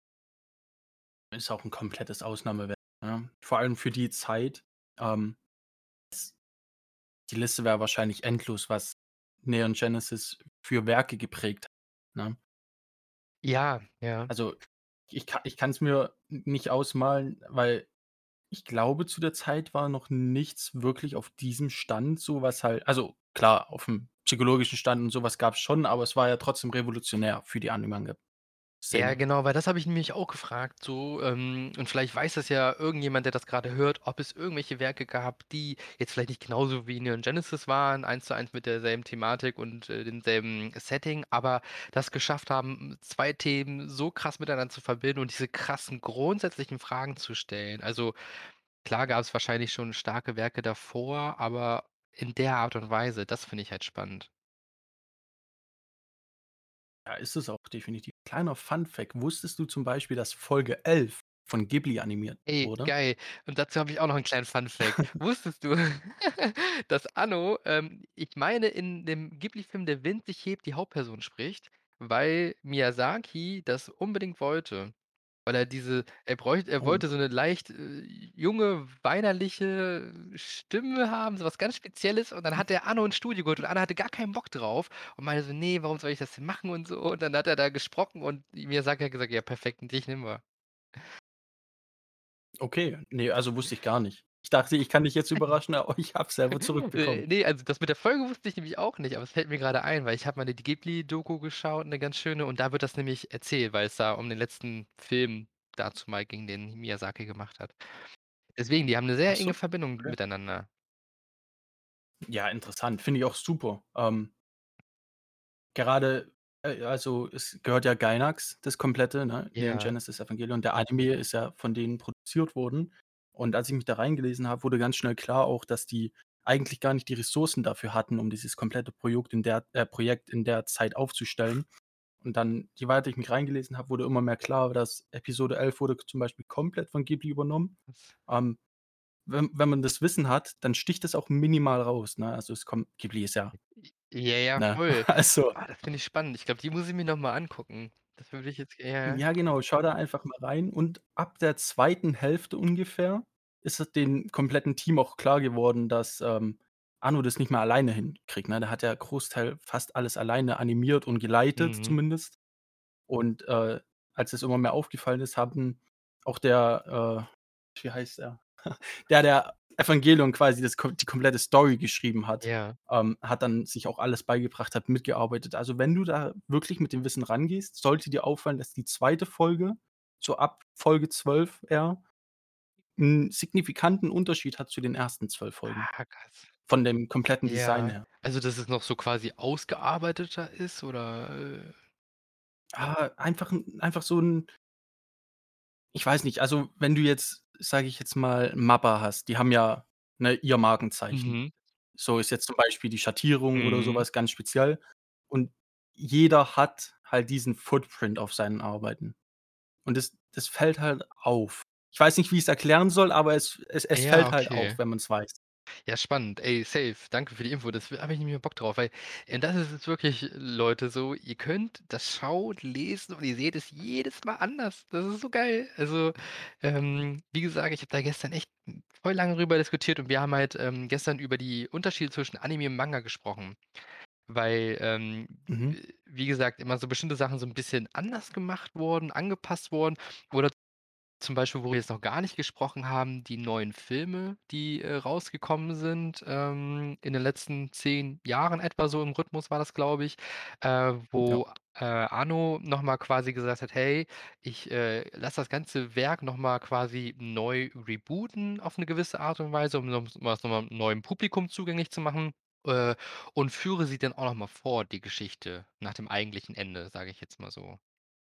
Ist auch 'n komplettes Ausnahmewerk, ne? Vor allem für die Zeit, ähm, s die Liste wäre wahrscheinlich endlos, was Neon Genesis für Werke geprägt, ne? Ja, ja. Also, ich ka ich kann's mir n nicht ausmalen, weil ich glaube, zu der Zeit war noch nichts wirklich auf diesem Stand, so was halt also, klar, auf'm psychologischen Stand und so was gab's schon, aber es war ja trotzdem revolutionär für die Ja, Anime-Manga-Szene. genau, weil das habe ich mich auch gefragt so, ähm, und vielleicht weiß das ja irgendjemand, der das grade hört, ob es irgendwelche Werke gab, die jetzt vielleicht nicht genauso wie Neon Genesis waren, eins zu eins mit derselben Thematik und, äh, demselben Setting, aber das geschafft haben, zwei Themen so krass miteinander zu verbinden und diese krassen grundsätzlichen Fragen zu stellen. Also, klar gab's wahrscheinlich schon starke Werke davor, aber in der Art und Weise, das finde ich halt spannend. Ja, ist es auch definitiv. Kleiner Fun-Fact: Wusstest du zum Beispiel, dass Folge elf von Ghibli animiert Ey, wurde? geil. Und dazu habe ich auch noch 'n kleinen Fun-Fact. Wusstest du, dass Anno, ähm, ich meine, in dem Ghibli-Film Der Wind sich hebt die Hauptperson spricht, weil Miyazaki das unbedingt wollte. Weil er diese er bräuch er Oh. wollte so 'ne leicht, äh, junge, weinerliche Stimme haben, so was ganz Spezielles und dann hat der Anno ins Studio geholt und Anno hatte gar keinen Bock drauf und meinte so: „Ne, warum soll ich das denn machen?“ und so. Und dann hat er da gesprochen und Miyazaki hat gesagt: „Ja, perfekt, dich nehmen wir.“ Okay, ne, also, wusste ich gar nicht. Ich dachte, ich kann dich jetzt überraschen, aber ich habe es selber Äh, zurückbekommen. ne, also, das mit der Folge wusste ich nämlich auch nicht, aber es fällt mir grade ein, weil ich habe mal 'ne die Ghibli-Doku geschaut, 'ne ganz schöne, und da wird das nämlich erzählt, weil es da um den letzten Film dazumal ging, den Miyazaki gemacht hat. Deswegen, die haben 'ne Ach sehr so, enge Verbindung okay. miteinander. Ja, interessant, finde ich auch super. Ähm gerade, äh, also, es gehört ja Gainax, das Komplette, ne? Neon Ja. Genesis Evangelion. Der Anime ist ja von denen produziert worden. Und als ich mich da reingelesen habe, wurde ganz schnell klar auch, dass die eigentlich gar nicht die Ressourcen dafür hatten, um dieses komplette Projekt in der äh, Projekt in der Zeit aufzustellen. Und dann, je weiter ich mich reingelesen habe, wurde immer mehr klar, dass Episode elf wurde zum Beispiel komplett von Ghibli übernommen. Was? Ähm, wenn wenn man das Wissen hat, dann sticht das auch minimal raus, ne? Also, es kommt Ghibli ist ja Ja, ja, ne? voll. Also Ah, das finde ich spannend. Ich glaube, die muss ich mir noch mal angucken. Das würde ich jetzt ja. Ja, genau, schau da einfach mal rein und ab der zweiten Hälfte ungefähr ist es den kompletten Team auch klar geworden, dass, ähm, Anno das nicht mehr alleine hinkriegt, ne? Der hat ja Großteil fast alles alleine animiert und geleitet Mhm. zumindest. Und, äh, als es immer mehr aufgefallen ist, haben auch der, äh wie heißt er? Der, der Evangelion quasi das kom die komplette Story geschrieben hat, Ja. ähm, hat dann sich auch alles beigebracht, hat mitgearbeitet. Also, wenn du da wirklich mit dem Wissen rangehst, sollte dir auffallen, dass die zweite Folge, so ab Folge zwölf eher, 'n signifikanten Unterschied hat zu den ersten zwölf Folgen, Ah, krass. von dem kompletten Design Ja. her. Also, dass es noch so quasi ausgearbeiteter ist oder, äh Ah, einfach 'n einfach so 'n ich weiß nicht, also, wenn du jetzt, sage ich jetzt mal, Mappa hast, die haben ja, ne, ihr Markenzeichen. Mhm. So ist jetzt zum Beispiel die Schattierung oder so Mhm. was ganz speziell. Und jeder hat halt diesen Footprint auf seinen Arbeiten. Und das das fällt halt auf. Ich weiß nicht, wie ich's erklären soll, aber es es es Ja, fällt halt okay. auf, wenn man's weiß. Ja, spannend. Ey, safe. Danke für die Info. Das w habe ich nämlich mal Bock drauf, weil äh, das ist es wirklich, Leute, so, ihr könnt das schauen, lesen und ihr seht es jedes Mal anders. Das ist so geil. Also, ähm, wie gesagt, ich habe da gestern echt voll lange drüber diskutiert und wir haben halt, ähm, gestern über die Unterschiede zwischen Anime und Manga gesprochen, weil, ähm, Mhm. w wie gesagt, immer so bestimmte Sachen so 'n bisschen anders gemacht wurden, angepasst wurden oder zum Beispiel, wo wir jetzt noch gar nicht gesprochen haben, die neuen Filme, die, äh, rausgekommen sind, ähm, in den letzten zehn Jahren etwa so im Rhythmus war das, glaube ich, äh, Ja. wo, äh, Anno noch mal quasi gesagt hat: „Hey, ich, äh, lasse das ganze Werk noch mal quasi neu rebooten auf 'ne gewisse Art und Weise, um um es noch mal neuem Publikum zugänglich zu machen, äh, und führe sie dann auch noch mal fort, die Geschichte nach dem eigentlichen Ende“, sage ich jetzt mal so.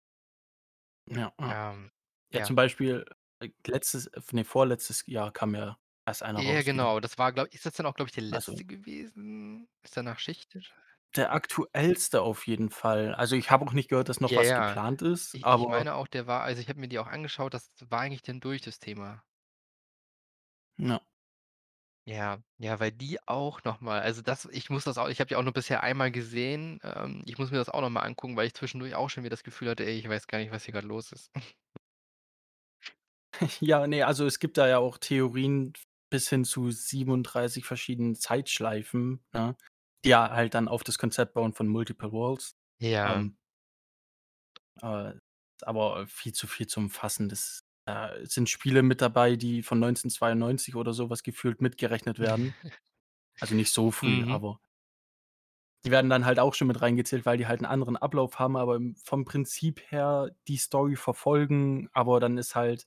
Ja, ja. Ähm, Ja, ja. zum Beispiel, äh, letztes f ne, vorletztes Jahr kam ja erst einer Ja, raus wieder. genau. Das war, glaube ist das dann auch, glaube ich, der Also letzte gewesen? Ist danach Schicht durch? Der aktuellste auf jeden Fall. Also, ich habe auch nicht gehört, dass noch Ja, was ja. geplant ist, Ich ich aber meine auch, der war also, ich habe mir die auch angeschaut, das war eigentlich dann durch, das Thema. Ja. Ja, ja, weil die auch noch mal also, das ich muss das auch ich habe die auch nur bisher einmal gesehen. Ähm, ich muss mir das auch noch mal angucken, weil ich zwischendurch auch schon wieder das Gefühl hatte: „Ey, ich weiß gar nicht, was hier grad los ist.“ Ja, ne, also, es gibt da ja auch Theorien bis hin zu siebenunddreißig verschiedenen Zeitschleifen, ne, die ja halt dann auf das Konzept bauen von Multiple Worlds. Ja. Ähm äh, aber viel zu viel zu umfassen. Das da sind Spiele mit dabei, die von neunzehnhundertzweiundneunzig oder so was gefühlt mitgerechnet werden. Also, nicht so früh, Mhm. aber die werden dann halt auch schon mit reingezählt, weil die halt 'n anderen Ablauf haben, aber im vom Prinzip her die Story verfolgen, aber dann ist halt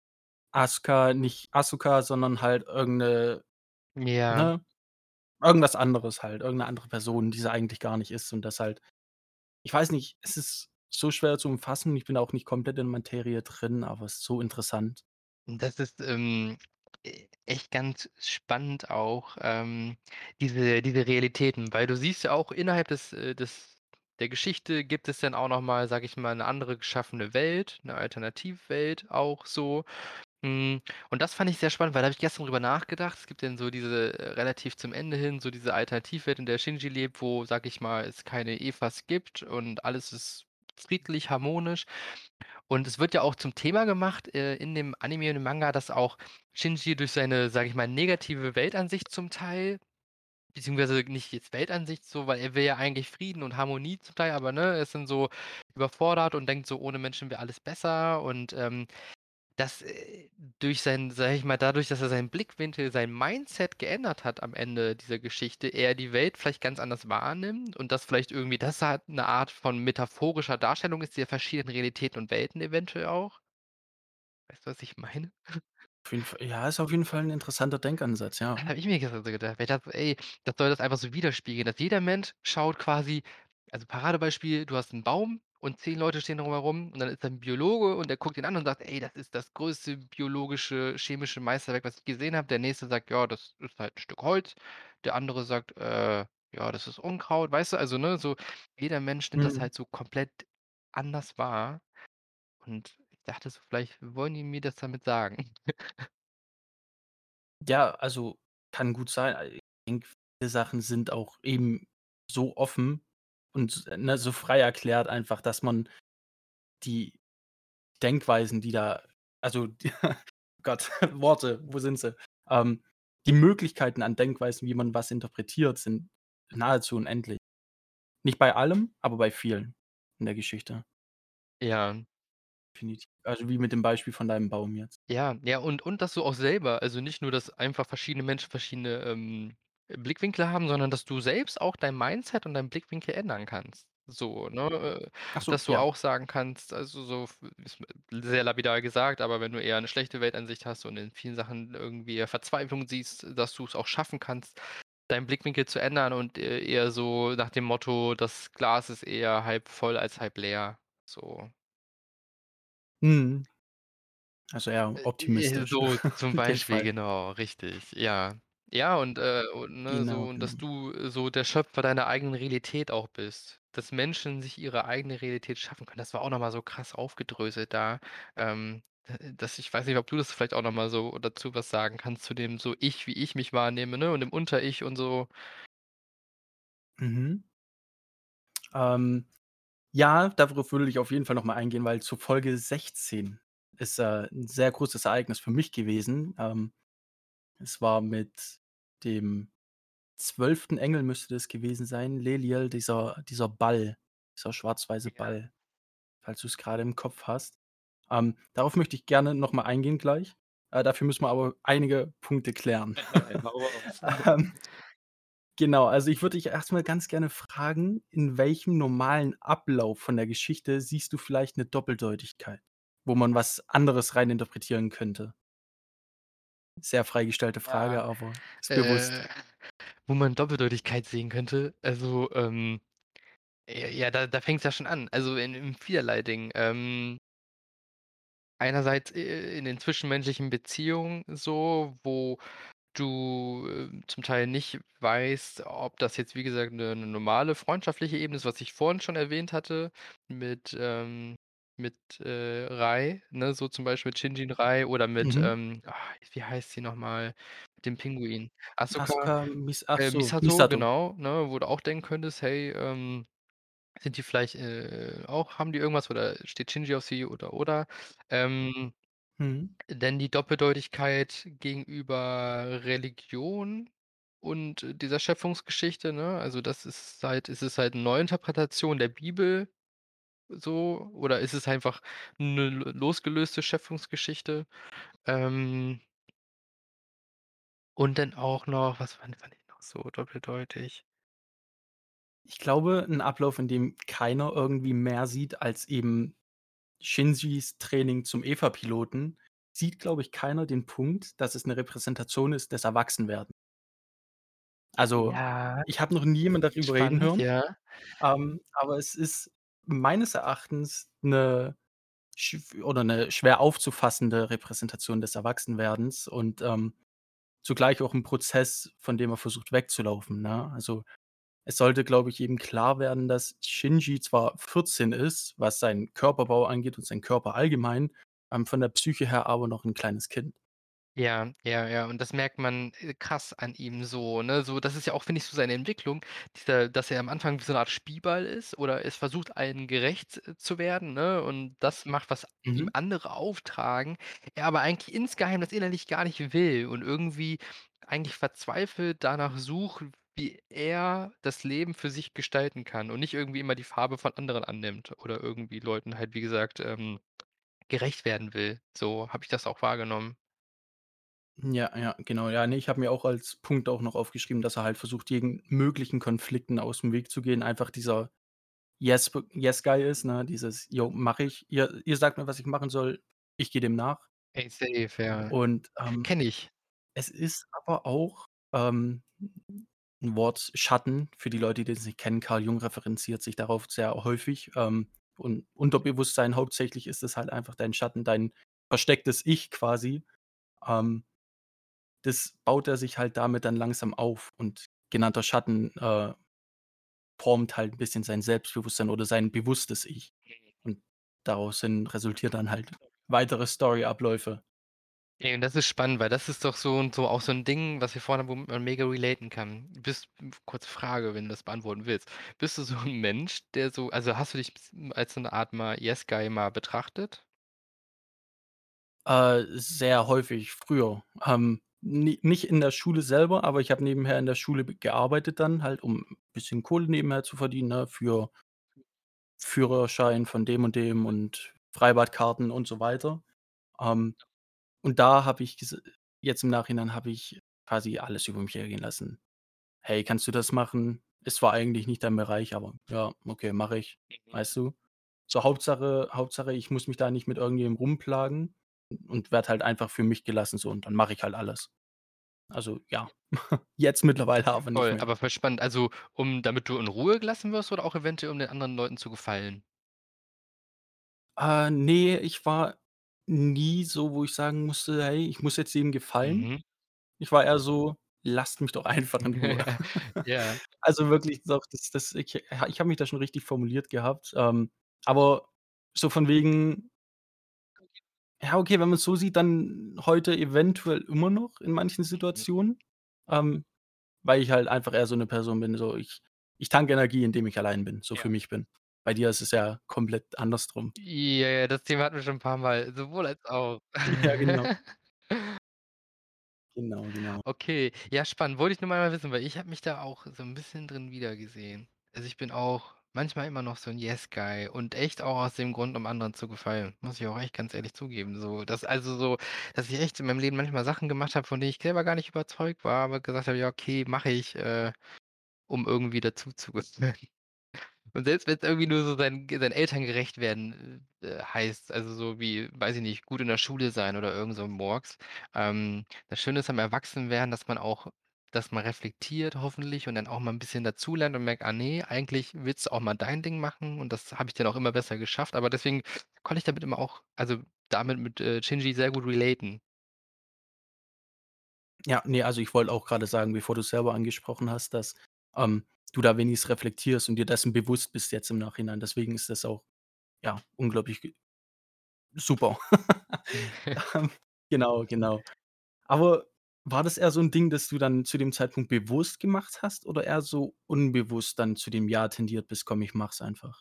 Asuka nicht Asuka, sondern halt irgend 'ne Ja. ne, irgendwas anderes halt, irgend 'ne andere Person, die sie eigentlich gar nicht ist und das halt ich weiß nicht, es ist so schwer zu umfassen. Ich bin auch nicht komplett in der Materie drin, aber es ist so interessant. Das ist, ähm, e echt ganz spannend auch, ähm, diese diese Realitäten, weil du siehst ja auch innerhalb des äh, des der Geschichte gibt es dann auch noch mal, sage ich mal, 'ne andere geschaffene Welt, 'ne Alternativwelt auch so. Hm, und das fand ich sehr spannend, weil da habe ich gestern drüber nachgedacht. Es gibt dann so diese äh, relativ zum Ende hin so diese Alternativwelt, in der Shinji lebt, wo, sage ich mal, es keine Evas gibt und alles ist friedlich, harmonisch. Und es wird ja auch zum Thema gemacht, äh, in dem Anime und dem Manga, dass auch Shinji durch seine, sage ich mal, negative Weltansicht zum Teil beziehungsweise nicht jetzt Weltansicht so, weil er will ja eigentlich Frieden und Harmonie zum Teil, aber, ne, er ist dann so überfordert und denkt so: „Ohne Menschen wäre alles besser.“ Und, ähm, dass, äh, durch seinen sage ich mal dadurch, dass er seinen Blickwinkel, sein Mindset geändert hat am Ende dieser Geschichte, er die Welt vielleicht ganz anders wahrnimmt und das vielleicht irgendwie das halt 'ne Art von metaphorischer Darstellung ist der verschiedenen Realitäten und Welten eventuell auch. Weißt du, was ich meine? Auf jeden Fall ja, ist auf jeden Fall 'n interessanter Denkansatz, ja. Das habe ich mir gestern so gedacht, weil ich dachte so: „Ey, das soll das einfach so widerspiegeln, dass jeder Mensch schaut quasi“ also, Paradebeispiel, du hast 'n Baum und zehn Leute stehen drum herum und dann ist da 'n Biologe und der guckt den an und sagt: „Ey, das ist das größte biologische, chemische Meisterwerk, was ich gesehen habe.“ Der Nächste sagt: „Ja, das ist halt 'n Stück Holz.“ Der andere sagt: „Äh, ja, das ist Unkraut.“ Weißt du, also, ne, so jeder Mensch nimmt das Mhm. halt so komplett anders wahr und ich dachte so, vielleicht wollen die mir das damit sagen. Ja, also, kann gut sein. Äh, ich denke, viele Sachen sind auch eben so offen und, ne, so frei erklärt einfach, dass man die Denkweisen, die da also, Gott, Worte, wo sind sie? Ähm, die Möglichkeiten an Denkweisen, wie man was interpretiert, sind nahezu unendlich. Nicht bei allem, aber bei vielen in der Geschichte. Ja. definitiv. Also, wie mit dem Beispiel von deinem Baum jetzt. Ja, ja, und und dass du auch selber also nicht nur, dass einfach verschiedene Menschen verschiedene, ähm, Blickwinkel haben, sondern dass du selbst auch dein Mindset und deinen Blickwinkel ändern kannst. So, ne? Äh, Ach so, dass du ja. auch sagen kannst also so f ist sehr lapidar gesagt, aber wenn du eher 'ne schlechte Weltansicht hast und in vielen Sachen irgendwie Verzweiflung siehst, dass du's auch schaffen kannst, deinen Blickwinkel zu ändern und, äh, eher so nach dem Motto: „Das Glas ist eher halb voll als halb leer“, so. Mhm. Also eher Äh, äh, optimistisch so zum in dem Beispiel, Fall. genau, richtig, ja. Ja, und, äh und, ne, so Genau, und dass genau. du äh, so der Schöpfer deiner eigenen Realität auch bist. Dass Menschen sich ihre eigene Realität schaffen können. Das war auch noch mal so krass aufgedröselt da, ähm, d dass ich weiß nicht, ob du das vielleicht auch noch mal so dazu was sagen kannst zu dem so Ich, wie ich mich wahrnehme, ne, und dem Unter-Ich und so. Mhm. Ähm, ja, darauf würde ich auf jeden Fall noch mal eingehen, weil zur Folge sechzehn ist, äh, 'n sehr großes Ereignis für mich gewesen. Ähm, es war mit dem zwölften Engel müsste das gewesen sein, Leliel, dieser dieser Ball, dieser schwarz-weiße Ja. Ball, falls du's grade im Kopf hast. Ähm, darauf möchte ich gerne noch mal eingehen gleich. Äh, dafür müssen wir aber einige Punkte klären. Hau raus. Ähm, genau, also ich würde dich erst mal ganz gerne fragen, in welchem normalen Ablauf von der Geschichte siehst du vielleicht 'ne Doppeldeutigkeit, wo man was anderes rein interpretieren könnte? Sehr frei gestellte Ja, Frage, aber ist bewusst. äh, wo man Doppeldeutigkeit sehen könnte, also, ähm, j ja, da da fängt's ja schon an, also in in vielerlei Dingen. Ähm einerseits, äh, in den zwischenmenschlichen Beziehungen so, wo du, äh, zum Teil nicht weißt, ob das jetzt, wie gesagt, 'ne 'ne normale freundschaftliche Ebene ist, was ich vorhin schon erwähnt hatte mit, ähm mit, äh, Rei, ne, so zum Beispiel mit Shinji und Rei oder mit, Mhm. ähm, ah, wie heißt sie noch mal, mit dem Pinguin? Asuka, Asuka, Mis ach äh, so, Misato, Misato. genau, ne, wo du auch denken könntest: „Hey, ähm, sind die vielleicht, äh, auch haben die irgendwas oder steht Shinji auf sie oder, oder?“ Ähm, Mhm. denn die Doppeldeutigkeit gegenüber Religion und dieser Schöpfungsgeschichte, ne? Also, das ist halt ist es halt 'ne Neuinterpretation der Bibel so oder ist es einfach 'ne l losgelöste Schöpfungsgeschichte? Ähm und dann auch noch was fand fand ich noch so doppeldeutig? Ich glaube, 'n Ablauf, in dem keiner irgendwie mehr sieht als eben Shinjis Training zum Eva-Piloten, sieht, glaube ich, keiner den Punkt, dass es 'ne Repräsentation ist des Erwachsenwerden. Also, Ja, ich habe noch nie jemand darüber reden spannend, hören, ja. ähm, aber es ist meines Erachtens 'ne schw oder 'ne schwer aufzufassende Repräsentation des Erwachsenwerdens und, ähm, zugleich auch 'n Prozess, von dem er versucht wegzulaufen, ne? Also, es sollte, glaube ich, jedem klar werden, dass Shinji zwar vierzehn ist, was seinen Körperbau angeht und seinen Körper allgemein, ähm, von der Psyche her aber noch 'n kleines Kind. Ja, ja, ja, und das merkt man, äh, krass an ihm so, ne? So, das ist ja auch, finde ich, so seine Entwicklung, dieser dass er am Anfang wie so 'ne Art Spielball ist oder es versucht, allen gerecht, äh, zu werden, ne, und das macht, was ihm Mhm. andere auftragen, er aber eigentlich insgeheim das innerlich gar nicht will und irgendwie eigentlich verzweifelt danach sucht, wie er das Leben für sich gestalten kann und nicht irgendwie immer die Farbe von anderen annimmt oder irgendwie Leuten halt, wie gesagt, ähm, gerecht werden will. So habe ich das auch wahrgenommen. Ja, ja, genau. Ja, ne, ich habe mir auch als Punkt auch noch aufgeschrieben, dass er halt versucht, jeden möglichen Konflikten aus'm Weg zu gehen, einfach dieser Yes p Yes Guy ist, ne? Dieses: „Jo, mache ich. Ihr ihr sagt mir, was ich machen soll, ich gehe dem nach.“ Ey, safe, ja. Und, ähm, Kenne ich. es ist aber auch, ähm, 'n Wort Schatten für die Leute, die das nicht kennen. Carl Jung referenziert sich darauf sehr häufig, ähm, und Unterbewusstsein hauptsächlich ist es halt einfach dein Schatten, dein verstecktes Ich quasi. Ähm das baut er sich halt damit dann langsam auf und genannter Schatten, äh formt halt 'n bisschen sein Selbstbewusstsein oder sein bewusstes Ich. Mhm. Und daraus hin resultiert dann halt weitere Storyabläufe. Ey, und das ist spannend, weil das ist doch so und so auch so 'n Ding, was wir vorhin haben, womit man mega relaten kann. Bist f kurze Frage, wenn du das beantworten willst. Bist du so 'n Mensch, der so also, hast du dich s als so 'ne Art mal Yes Guy mal betrachtet? Äh, sehr häufig früher. Ähm, ni nicht in der Schule selber, aber ich habe nebenher in der Schule b gearbeitet dann halt, um bisschen Kohle nebenher zu verdienen, ne, für Führerschein von dem und dem und Freibadkarten und so weiter. Ähm, und da habe ich ges jetzt im Nachhinein habe ich quasi alles über mich ergehen lassen. „Hey, kannst du das machen?“ Es war eigentlich nicht dein Bereich, aber ja, okay, mache ich, Mhm. weißt du? So Hauptsache Hauptsache, ich muss mich da nicht mit irgendjemandem rumplagen und werde halt einfach für mich gelassen so und dann mache ich halt alles. Also, ja, jetzt mittlerweile aber nicht Voll, mehr. aber voll spannend. Also, um damit du in Ruhe gelassen wirst oder auch eventuell, um den anderen Leuten zu gefallen? Äh, ne, ich war nie so, wo ich sagen musste: „Hey, ich muss jetzt jedem gefallen.“ Mhm. Ich war eher so: „Lasst mich doch einfach in Ruhe.“ Ja. Also, wirklich doch, das das ich ha ich habe mich da schon richtig formuliert gehabt, ähm, aber so von wegen ja, okay, wenn man's so sieht, dann heute eventuell immer noch in manchen Mhm. Situationen, ähm, weil ich halt einfach eher so 'ne Person bin, so ich ich tanke Energie, indem ich allein bin, so Ja. für mich bin. Bei dir ist es ja komplett andersrum. Ja, ja, das Thema hatten wir schon 'n paarmal, sowohl als auch. Ja, genau. Genau, genau. Okay, ja spannend. Wollte ich nur mal wissen, weil ich habe mich da auch so 'n bisschen drin wiedergesehen. Also, ich bin auch manchmal immer noch so 'n Yes Guy und echt auch aus dem Grund, um anderen zu gefallen, muss ich auch echt ganz ehrlich zugeben. So, dass also so dass ich echt in meinem Leben manchmal Sachen gemacht habe, von denen ich selber gar nicht überzeugt war, aber gesagt habe: „Ja, okay, mache ich, äh, um irgendwie dazuzugehören.“ Und selbst wenn's irgendwie nur so seinen seinen Eltern gerecht werden, äh, heißt, also so wie, weiß ich nicht, gut in der Schule sein oder irgend so 'n Murks. Ähm, das Schöne ist am Erwachsenwerden, dass man auch dass man reflektiert hoffentlich und dann auch mal 'n bisschen dazulernt und merkt: „Ah ne, eigentlich willst du auch mal dein Ding machen.“ Und das habe ich dann auch immer besser geschafft, aber deswegen konnte ich damit immer auch also damit mit, äh, Shinji sehr gut relaten. Ja, ne, also ich wollte auch grade sagen, bevor du's selber angesprochen hast, dass, ähm, du da wenigstens reflektierst und dir dessen bewusst bist jetzt im Nachhinein. Deswegen ist das auch, ja, unglaublich g super. Ähm, genau, genau. Aber war das eher so 'n Ding, das du dann zu dem Zeitpunkt bewusst gemacht hast oder eher so unbewusst dann zu dem Ja tendiert bist: „Komm, ich mache es einfach?“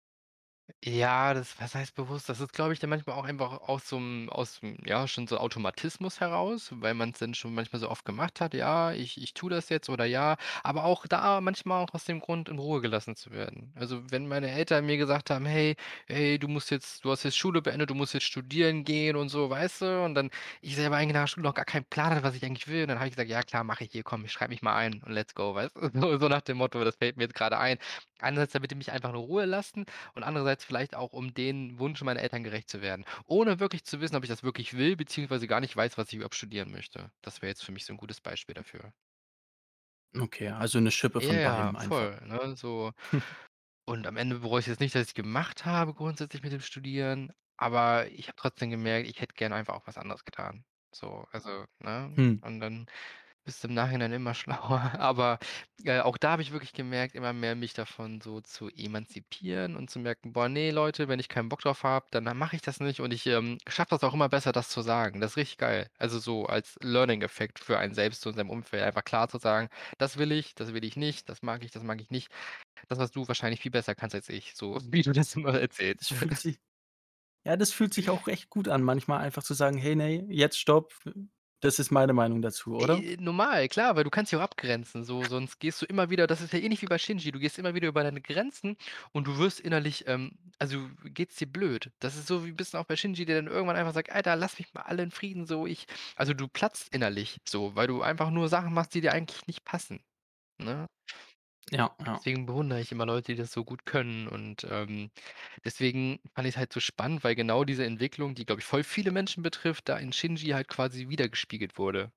Ja, das was heißt bewusst? Das ist, glaube ich, dann manchmal auch einfach aus so 'm aus 'm ja, schon so Automatismus heraus, weil man's dann schon manchmal so oft gemacht hat: „Ja, ich ich tue das jetzt“ oder ja, aber auch da manchmal auch aus dem Grund, in Ruhe gelassen zu werden. Also, wenn meine Eltern mir gesagt haben: „Hey, hey, du musst jetzt du hast jetzt Schule beendet, du musst jetzt studieren gehen“ und so, weißt du? Und dann ich selber eigentlich nach der Schule noch gar keinen Plan hatte, was ich eigentlich will. Und dann habe ich gesagt: „Ja klar, mache ich hier, komm, ich schreibe mich mal ein und let's go“, weißt du? So so nach dem Motto, das fällt mir jetzt grade ein. Einerseits, damit die mich einfach in Ruhe lassen und andererseits vielleicht auch, um den Wunsch meiner Eltern gerecht zu werden, ohne wirklich zu wissen, ob ich das wirklich will, beziehungsweise gar nicht weiß, was ich überhaupt studieren möchte. Das wäre jetzt für mich so 'n gutes Beispiel dafür. Okay, also 'ne Schippe Ja, von ja, beidem einfach. voll, ne, so. Und am Ende bereue ich jetzt nicht, dass ich's gemacht habe grundsätzlich mit dem Studieren, aber ich habe trotzdem gemerkt, ich hätte gern einfach auch was anderes getan. So, also, ne? Hm. Und dann bist du im Nachhinein immer schlauer. Aber, äh, auch da habe ich wirklich gemerkt, immer mehr mich davon so zu emanzipieren und zu merken: „Boah, ne, Leute, wenn ich keinen Bock drauf habe, dann dann mache ich das nicht.“ Und ich, ähm, schaffe das auch immer besser, das zu sagen. Das ist richtig geil. Also, so als Learning-Effekt für einen selbst und seinem Umfeld einfach klar zu sagen: „Das will ich, das will ich nicht, das mag ich, das mag ich nicht.“ Das, was du wahrscheinlich viel besser kannst als ich, so wie du das immer erzählst. Das fühlt sich ja, das fühlt sich auch echt gut an, manchmal einfach zu sagen: „Hey, ne, jetzt stopp. Das ist meine Meinung dazu“, oder? Äh, normal, klar, weil du kannst dich auch abgrenzen, so, sonst gehst du immer wieder das ist ja ähnlich wie bei Shinji, du gehst immer wieder über deine Grenzen und du wirst innerlich, ähm also, geht's dir blöd. Das ist so wie bisschen auch bei Shinji, der dann irgendwann einfach sagt: „Alter, lass mich mal alle in Frieden“, so, ich also, du platzt innerlich so, weil du einfach nur Sachen machst, die dir eigentlich nicht passen, ne? Ja, ja. Deswegen bewundere ich immer Leute, die das so gut können und, ähm, deswegen fand ich's halt so spannend, weil genau diese Entwicklung, die, glaube ich, voll viele Menschen betrifft, da in Shinji halt quasi widergespiegelt wurde.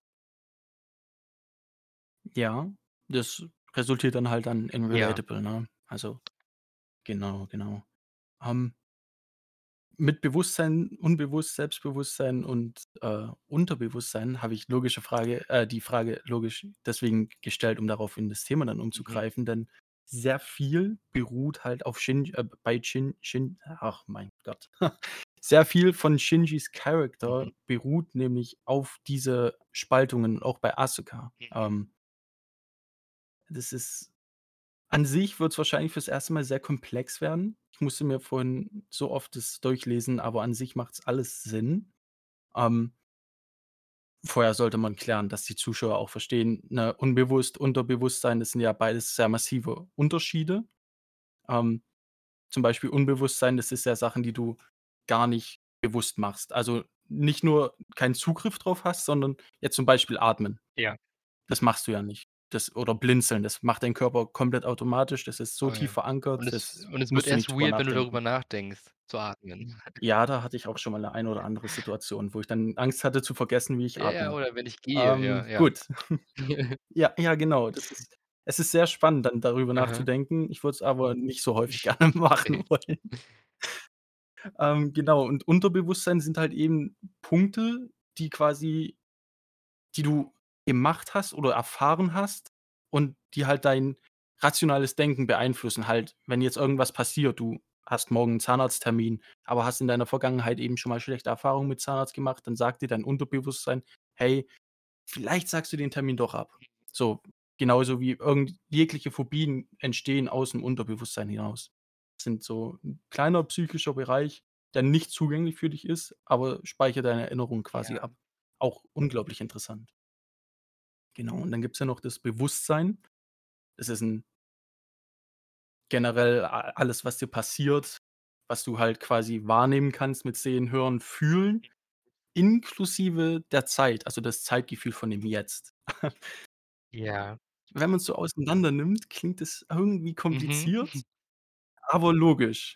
Ja, das resultiert dann halt dann in Ja. relatable, ne? Also, genau, genau. Ähm mit Bewusstsein, Unbewusst, Selbstbewusstsein und, äh, Unterbewusstsein habe ich logische Frage äh, die Frage logisch deswegen gestellt, um darauf in das Thema dann Mhm. umzugreifen, denn sehr viel beruht halt auf Shinj äh, bei Shin Shin ach mein Gott. Sehr viel von Shinjis Character Mhm. beruht nämlich auf diese Spaltungen, auch bei Asuka. Mhm. Ähm das ist an sich wird's wahrscheinlich fürs erste Mal sehr komplex werden. Ich musste mir vorhin so oft das durchlesen, aber an sich macht's alles Sinn. Ähm vorher sollte man klären, dass die Zuschauer auch verstehen, ne, unbewusst, Unterbewusstsein, das sind ja beides sehr massive Unterschiede. Ähm, zum Beispiel Unbewusstsein, das ist ja Sachen, die du gar nicht bewusst machst. Also, nicht nur keinen Zugriff drauf hast, sondern jetzt zum Beispiel Atmen. Ja, Das machst du ja nicht. Das oder Blinzeln, das macht dein Körper komplett automatisch. Das ist so tief voll. Und verankert, es das und es wird musst du erst nicht drüber weird, wenn du darüber nachdenken. nachdenkst, zu atmen. Ja, da hatte ich auch schon mal 'ne ein oder andere Situation, wo ich dann Angst hatte zu vergessen, wie ich Ja, ja, atme. oder wenn ich gehe, ja, Ähm, ja. gut. Ja, ja, genau. Das ist es ist sehr spannend, dann darüber Aha, nachzudenken. Ich würde es aber nicht so häufig gerne machen okay. wollen. Ähm, genau, und Unterbewusstsein sind halt eben Punkte, die quasi die du gemacht hast oder erfahren hast und die halt dein rationales Denken beeinflussen. Halt, wenn jetzt irgendwas passiert, du hast morgen 'n Zahnarzttermin, aber hast in deiner Vergangenheit eben schon mal schlechte Erfahrungen mit Zahnarzt gemacht, dann sagt dir dein Unterbewusstsein: „Hey, vielleicht sagst du den Termin doch ab.“ So, genauso wie irgend jegliche Phobien entstehen aus'm Unterbewusstsein hinaus. Sind so 'n kleiner psychischer Bereich, der nicht zugänglich für dich ist, aber speichert deine Erinnerung quasi Ja, ab. Auch unglaublich interessant. Genau, und dann gibt's ja noch das Bewusstsein. Das ist 'n generell a alles, was dir passiert, was du halt quasi wahrnehmen kannst mit Sehen, Hören, Fühlen, inklusive der Zeit, also das Zeitgefühl von dem Jetzt. ja. Wenn man's so auseinander nimmt, klingt es irgendwie Mhm. kompliziert, aber logisch.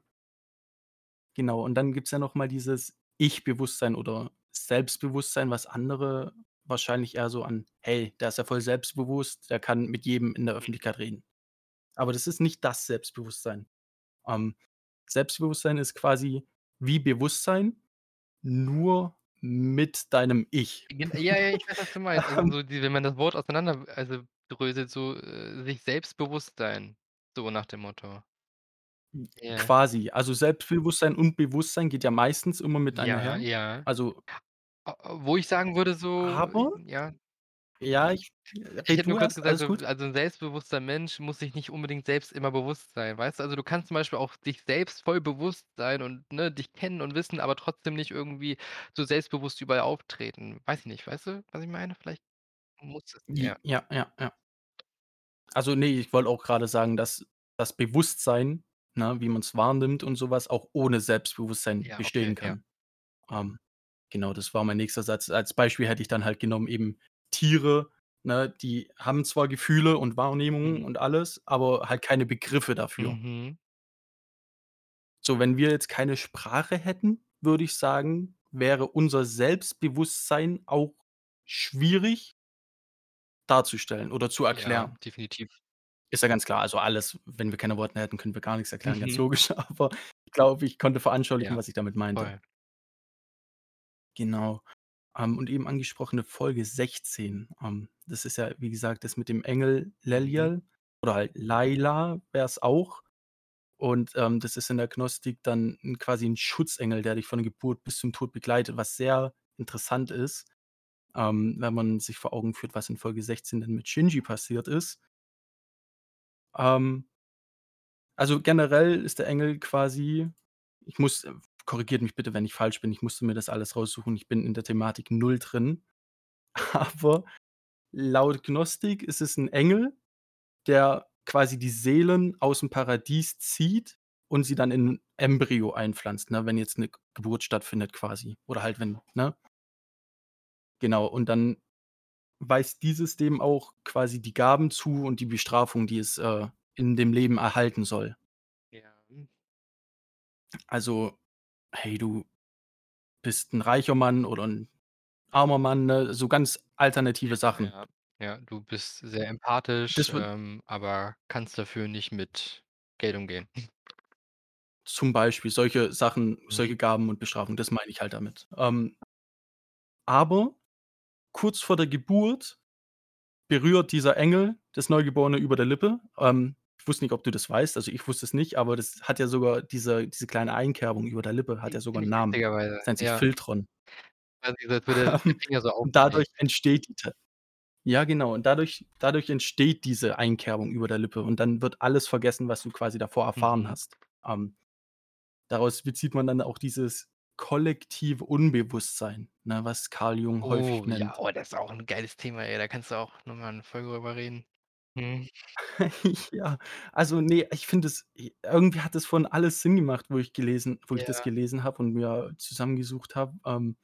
Genau, und dann gibt's ja noch mal dieses Ich-Bewusstsein oder Selbstbewusstsein, was andere wahrscheinlich eher so an: „Hey, der ist ja voll selbstbewusst, der kann mit jedem in der Öffentlichkeit reden.“ Aber das ist nicht das Selbstbewusstsein. Ähm, Selbstbewusstsein ist quasi wie Bewusstsein, nur mit deinem Ich. Gen ja, ja, ich weiß, was du meinst. Also, Ähm, so die wenn man das Wort auseinander also, dröselt, so, äh, sich selbstbewusst sein, so nach dem Motto. Ja. quasi. Also, Selbstbewusstsein und Bewusstsein geht ja meistens immer mit Ja, einher. ja. Also O o wo ich sagen würde so, aber ja, ja, ich ich red hätte nur du kurz erst, gesagt, alles so gut. also 'n selbstbewusster Mensch muss sich nicht unbedingt selbst immer bewusst sein, weißt du? Also, du kannst zum Beispiel auch dich selbst voll bewusst sein und, ne, dich kennen und wissen, aber trotzdem nicht irgendwie so selbstbewusst überall auftreten. Weiß ich nicht, weißt du, was ich meine? Vielleicht muss es J ja, ja, ja, ja. Also, ne, ich wollte auch grade sagen, dass das Bewusstsein, ne, wie man's wahrnimmt und so was, auch ohne Selbstbewusstsein ja, okay, bestehen ja. kann. Ähm, genau, das war mein nächster Satz. Als Beispiel hätte ich dann halt genommen eben Tiere, ne, die haben zwar Gefühle und Wahrnehmungen Mhm. und alles, aber halt keine Begriffe dafür. Mhm. So, wenn wir jetzt keine Sprache hätten, würde ich sagen, wäre unser Selbstbewusstsein auch schwierig darzustellen oder zu Ja, erklären. definitiv. Ist ja ganz klar. Also, alles wenn wir keine Worte hätten, können wir gar nix erklären, ganz Mhm. logisch. Aber ich glaube, ich konnte veranschaulichen, Ja, was ich damit meinte. voll. Genau. Ähm, und eben angesprochene Folge sechzehn, ähm, das ist ja, wie gesagt, das mit dem Engel Mhm. Lelial oder halt Laila wär's auch. Und, ähm, das ist in der Gnostik dann 'n quasi 'n Schutzengel, der dich von der Geburt bis zum Tod begleitet, was sehr interessant ist, ähm, wenn man sich vor Augen führt, was in Folge sechzehn denn mit Shinji passiert ist. Ähm, also, generell ist der Engel quasi ich muss äh, korrigiert mich bitte, wenn ich falsch bin. Ich musste mir das alles raussuchen. Ich bin in der Thematik null drin. Aber laut Gnostik ist es 'n Engel, der quasi die Seelen aus'm Paradies zieht und sie dann in 'n Embryo einpflanzt, ne, wenn jetzt 'ne G Geburt stattfindet quasi oder halt wenn ne? Genau, und dann weist dieses dem auch quasi die Gaben zu und die Bestrafung, die es, äh, in dem Leben erhalten soll. Ja. Hm. Also, hey, du bist 'n reicher Mann oder 'n armer Mann, ne, so ganz alternative Ja, Sachen. ja. Ja, du bist sehr empathisch, Das wird ähm, aber kannst dafür nicht mit Geld umgehen. zum Beispiel solche Sachen, Mhm. solche Gaben und Bestrafung, das meine ich halt damit. Ähm, aber kurz vor der Geburt berührt dieser Engel das Neugeborene über der Lippe. Ähm, ich wusste nicht, ob du das weißt, also ich wusste es nicht, aber das hat ja sogar diese diese kleine Einkerbung über der Lippe hat Die ja sogar kenne 'n ich Namen. witzigerweise, Das nennt sich ja. Philtron. Quasi so, als würde der Ähm, Finger so und dadurch aufgelegt. entsteht die ja, genau. Und dadurch dadurch entsteht diese Einkerbung über der Lippe und dann wird alles vergessen, was du quasi davor erfahren Mhm. hast. Ähm, daraus bezieht man dann auch dieses kollektive Unbewusstsein, ne, was Carl Jung häufig Oh ja, nennt. oh, das ist auch 'n geiles Thema, ey. Da kannst du auch noch mal 'ne Folge drüber reden. Mhm. Ja, also, ne, ich finde es i irgendwie hat es von alles Sinn gemacht, wo ich gelesen wo ich das Ja. gelesen habe und mir zusammengesucht habe. Ähm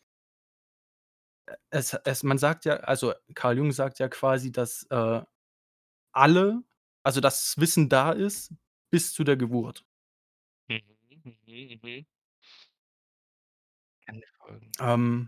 es es man sagt ja also, Carl Jung sagt ja quasi, dass, äh, alle also, dass Wissen da ist bis zu der Geburt. Mhm, mhm, mhm. Kann ich folgen. Ähm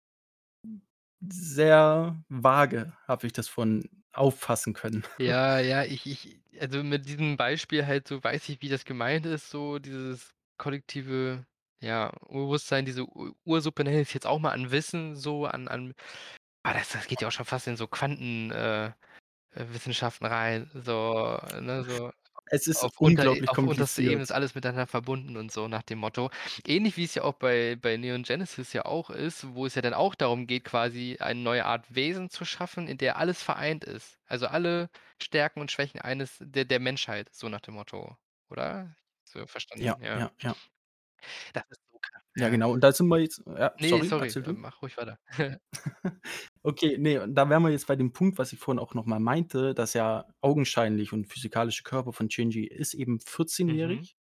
sehr vage habe ich das von auffassen können. Ja, ja, ich ich also, mit diesem Beispiel halt so weiß ich, wie das gemeint ist, so dieses kollektive, ja, Urbewusstsein, diese U Ursuppe nenne ich's jetzt auch mal an Wissen so, an an ah, das das geht ja auch schon fast in so Quanten äh, äh, Wissenschaften rein, so, ne, so Es ist auf unter unglaublich auf unterster Ebene ist kompliziert. alles miteinander verbunden und so nach dem Motto. Ähnlich wie es ja auch bei bei Neon Genesis ja auch ist, wo es ja dann auch darum geht, quasi eine neue Art Wesen zu schaffen, in der alles vereint ist. Also, alle Stärken und Schwächen eines der der Menschheit, so nach dem Motto, oder? So Ja, verstanden? Ja. ja, ja. Das ist so krass, Ja, ja. genau. Und da sind wir jetzt ja, Ne, sorry, sorry, erzähl äh, du. mach ruhig weiter. Okay, ne, und da wären wir jetzt bei dem Punkt, was ich vorhin auch noch mal meinte, dass ja augenscheinlich und physikalische Körper von Shinji ist eben Mhm. vierzehnjährig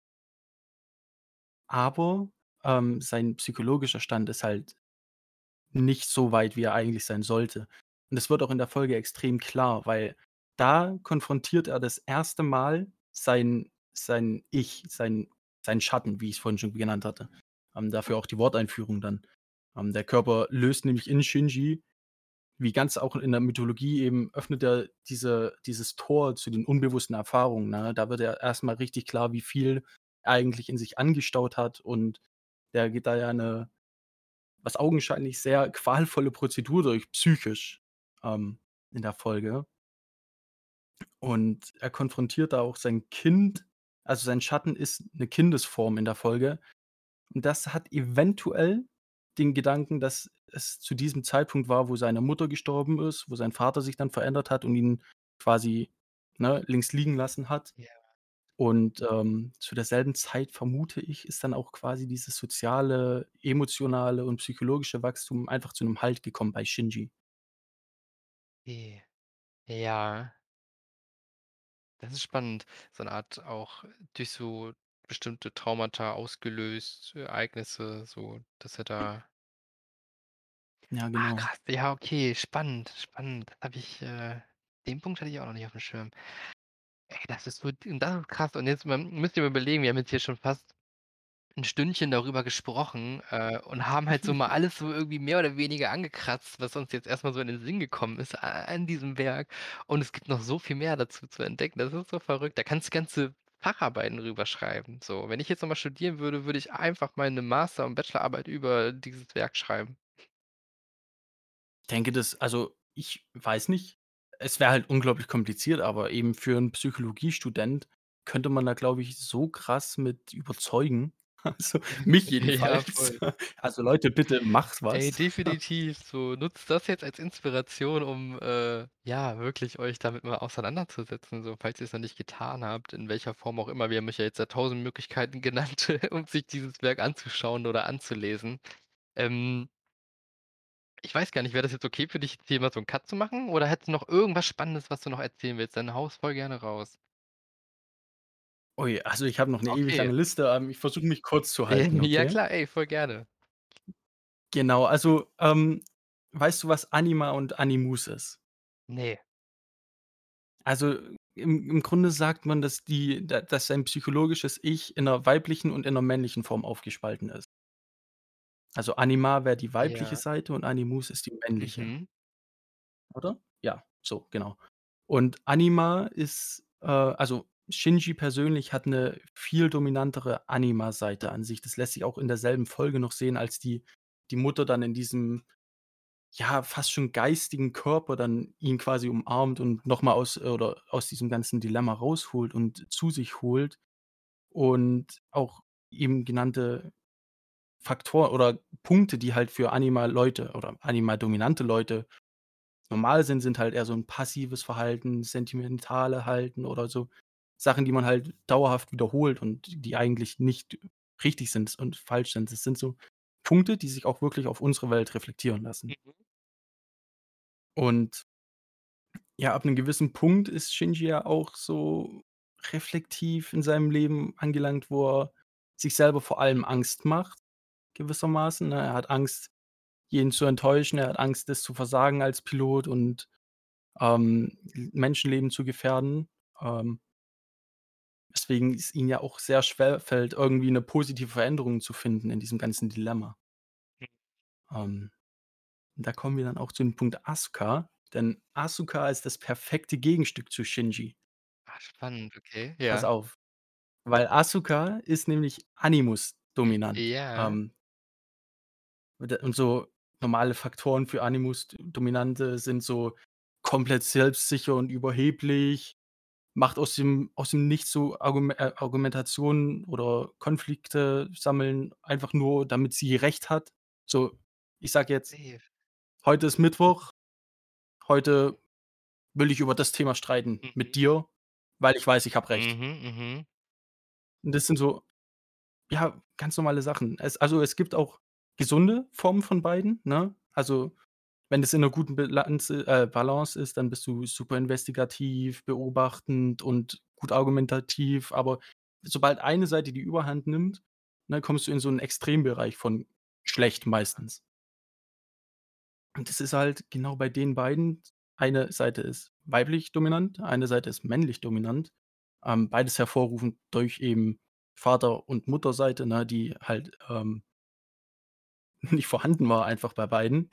aber, ähm, sein psychologischer Stand ist halt nicht so weit, wie er eigentlich sein sollte. Und das wird auch in der Folge extrem klar, weil da konfrontiert er das erste Mal sein sein Ich, sein sein Schatten, wie ich's vorhin schon genannt hatte. Ähm, dafür auch die Worteinführung dann. Ähm, der Körper löst nämlich in Shinji, wie ganz auch in der Mythologie eben öffnet er diese dieses Tor zu den unbewussten Erfahrungen, ne? Da wird ja erst mal richtig klar, wie viel er eigentlich in sich angestaut hat und der geht da ja 'ne was augenscheinlich sehr qualvolle Prozedur durch, psychisch, ähm, in der Folge. Und er konfrontiert da auch sein Kind also, sein Schatten ist 'ne Kindesform in der Folge. Und das hat eventuell den Gedanken, dass es zu diesem Zeitpunkt war, wo seine Mutter gestorben ist, wo sein Vater sich dann verändert hat und ihn quasi, ne, links liegen lassen hat. Ja. Und, ähm, zu derselben Zeit, vermute ich, ist dann auch quasi dieses soziale, emotionale und psychologische Wachstum einfach zu 'nem Halt gekommen bei Shinji. Okay. Ja. Das ist spannend, so 'ne Art auch durch so bestimmte Traumata ausgelöst, Ereignisse, so, dass er da Ja, Ah, genau. krass. Ja, okay, spannend, spannend. Habe ich äh, den Punkt hatte ich auch noch nicht aufm Schirm. Ey, das ist so d das ist krass. Und jetzt mal müsst ihr mal überlegen, wir haben jetzt hier schon fast 'n Stündchen darüber gesprochen, äh, und haben halt so mal alles so irgendwie mehr oder weniger angekratzt, was uns jetzt erst mal so in den Sinn gekommen ist a an diesem Werk. Und es gibt noch so viel mehr dazu zu entdecken. Das ist so verrückt. Da kannst du ganze Facharbeiten drüber schreiben. So, wenn ich jetzt noch mal studieren würde, würde ich einfach meine Master und Bachelorarbeit über dieses Werk schreiben. Denke das also, ich weiß nicht. Es wäre halt unglaublich kompliziert, aber eben für 'n Psychologiestudent könnte man da, glaube ich, so krass mit überzeugen. Also, mich Ja, jedenfalls. voll. Also, Leute, bitte macht Ey, was. definitiv so. Nutzt das jetzt als Inspiration, um, äh, ja, wirklich euch damit mal auseinanderzusetzen, so, falls ihr's noch nicht getan habt, in welcher Form auch immer. Wir haben euch ja jetzt da tausend Möglichkeiten genannt, um sich dieses Werk anzuschauen oder anzulesen. Ähm ich weiß gar nicht, wäre das jetzt okay für dich, jetzt hier mal so 'n Cut zu machen? Oder hättest du noch irgendwas Spannendes, was du noch erzählen willst? Dann hau's voll gerne raus. Ui, also, ich habe noch 'ne ewig Okay. lange Liste, ähm, ich versuche mich kurz zu halten, Ja okay? klar, ey, voll gerne. Genau, also, ähm, weißt du, was Anima und Animus ist? Ne. Also, im im Grunde sagt man, dass die da dass sein psychologisches Ich in 'ner weiblichen und in 'ner männlichen Form aufgespalten ist. Also, Anima wäre die weibliche Ja. Seite und Animus ist die männliche. Mhm. Oder? Ja, so, genau. Und Anima ist äh, also, Shinji persönlich hat 'ne viel dominantere Anima-Seite an sich. Das lässt sich auch in derselben Folge noch sehen, als die die Mutter dann in diesem, ja, fast schon geistigen Körper dann ihn quasi umarmt und noch mal aus oder aus diesem ganzen Dilemma rausholt und zu sich holt und auch eben genannte Faktor oder Punkte, die halt für Anima-Leute oder Anima-dominante Leute normal sind, sind halt eher so 'n passives Verhalten, sentimentale Halten oder so Sachen, die man halt dauerhaft wiederholt und die eigentlich nicht richtig sind und falsch sind. Das sind so Punkte, die sich auch wirklich auf unsere Welt reflektieren lassen. Mhm. Und Ja, ab 'nem gewissen Punkt ist Shinji ja auch so reflektiv in seinem Leben angelangt, wo er sich selber vor allem Angst macht gewissermaßen, ne? Er hat Angst, jeden zu enttäuschen. Er hat Angst, das zu versagen als Pilot und, ähm, L Menschenleben zu gefährden. Ähm weswegen es ihm ja auch sehr schwerfällt, irgendwie 'ne positive Veränderung zu finden in diesem ganzen Dilemma. Hm. Ähm, und da kommen wir dann auch zu dem Punkt Asuka, denn Asuka ist das perfekte Gegenstück zu Shinji. Ah, spannend, okay, Pass ja. auf, weil Asuka ist nämlich Animus-dominant. Ja. Ähm und und so normale Faktoren für Animus-Dominante sind so komplett selbstsicher und überheblich, macht aus dem aus dem Nichts so Argume äh, Argumentationen oder Konflikte sammeln, einfach nur, damit sie Recht hat. So, ich sage jetzt: Safe. „Heute ist Mittwoch. Heute will ich über das Thema streiten mit Mhm. dir, weil ich weiß, ich habe Recht.“ Mhm, mhm. Und das sind so, ja, ganz normale Sachen. Es also, es gibt auch gesunde Formen von beiden, ne? Also, wenn das in 'ner guten Bilanz äh, Balance ist, dann bist du super investigativ, beobachtend und gut argumentativ. Aber sobald eine Seite die Überhand nimmt, ne, kommst du in so 'n Extrembereich von schlecht Ja. meistens. Und das ist halt genau bei den beiden eine Seite ist weiblich dominant, eine Seite ist männlich dominant. Ähm, beides hervorrufen durch eben Vater und Mutterseite, ne, die halt, ähm nicht vorhanden war einfach bei beiden.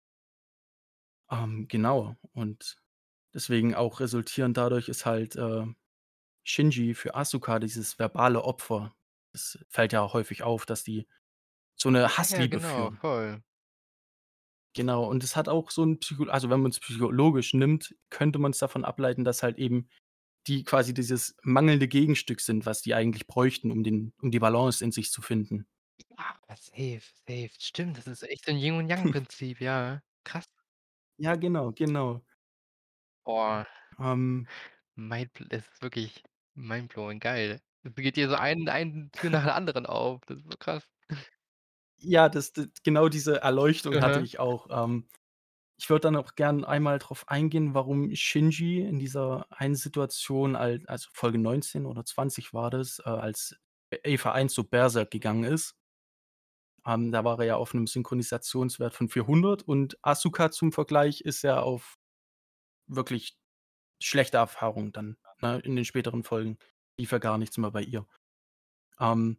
Ähm, genau. Und deswegen auch resultierend dadurch ist halt, äh, Shinji für Asuka dieses verbale Opfer. Es fällt ja auch häufig auf, dass die so 'ne Ja, ja, Hassliebe genau, führen. voll. Genau, und es hat auch so 'n psycho also, wenn man's psychologisch nimmt, könnte man's davon ableiten, dass halt eben die quasi dieses mangelnde Gegenstück sind, was die eigentlich bräuchten, um den um die Balance in sich zu finden. Ja, safe, safe. Stimmt, das ist echt so 'n Yin und Yang-Prinzip, ja. Krass. Ja, genau, genau. Boah. Ähm Mindbl es ist wirklich mindblowing, geil. Es geht dir so ein ein Tür nach der anderen auf. Das ist so krass. Ja, das d genau diese Erleuchtung hatte Mhm. ich auch. Ähm, ich würde dann auch gern einmal drauf eingehen, warum Shinji in dieser einen Situation al also, Folge neunzehn oder zwanzig war das, äh, als E Eva eins so Berserk Mhm. gegangen ist. Ähm, da war er ja auf 'nem Synchronisationswert von vierhundert und Asuka zum Vergleich ist ja auf wirklich schlechte Erfahrung dann, ne? In den späteren Folgen lief ja gar nichts mehr bei ihr. Ähm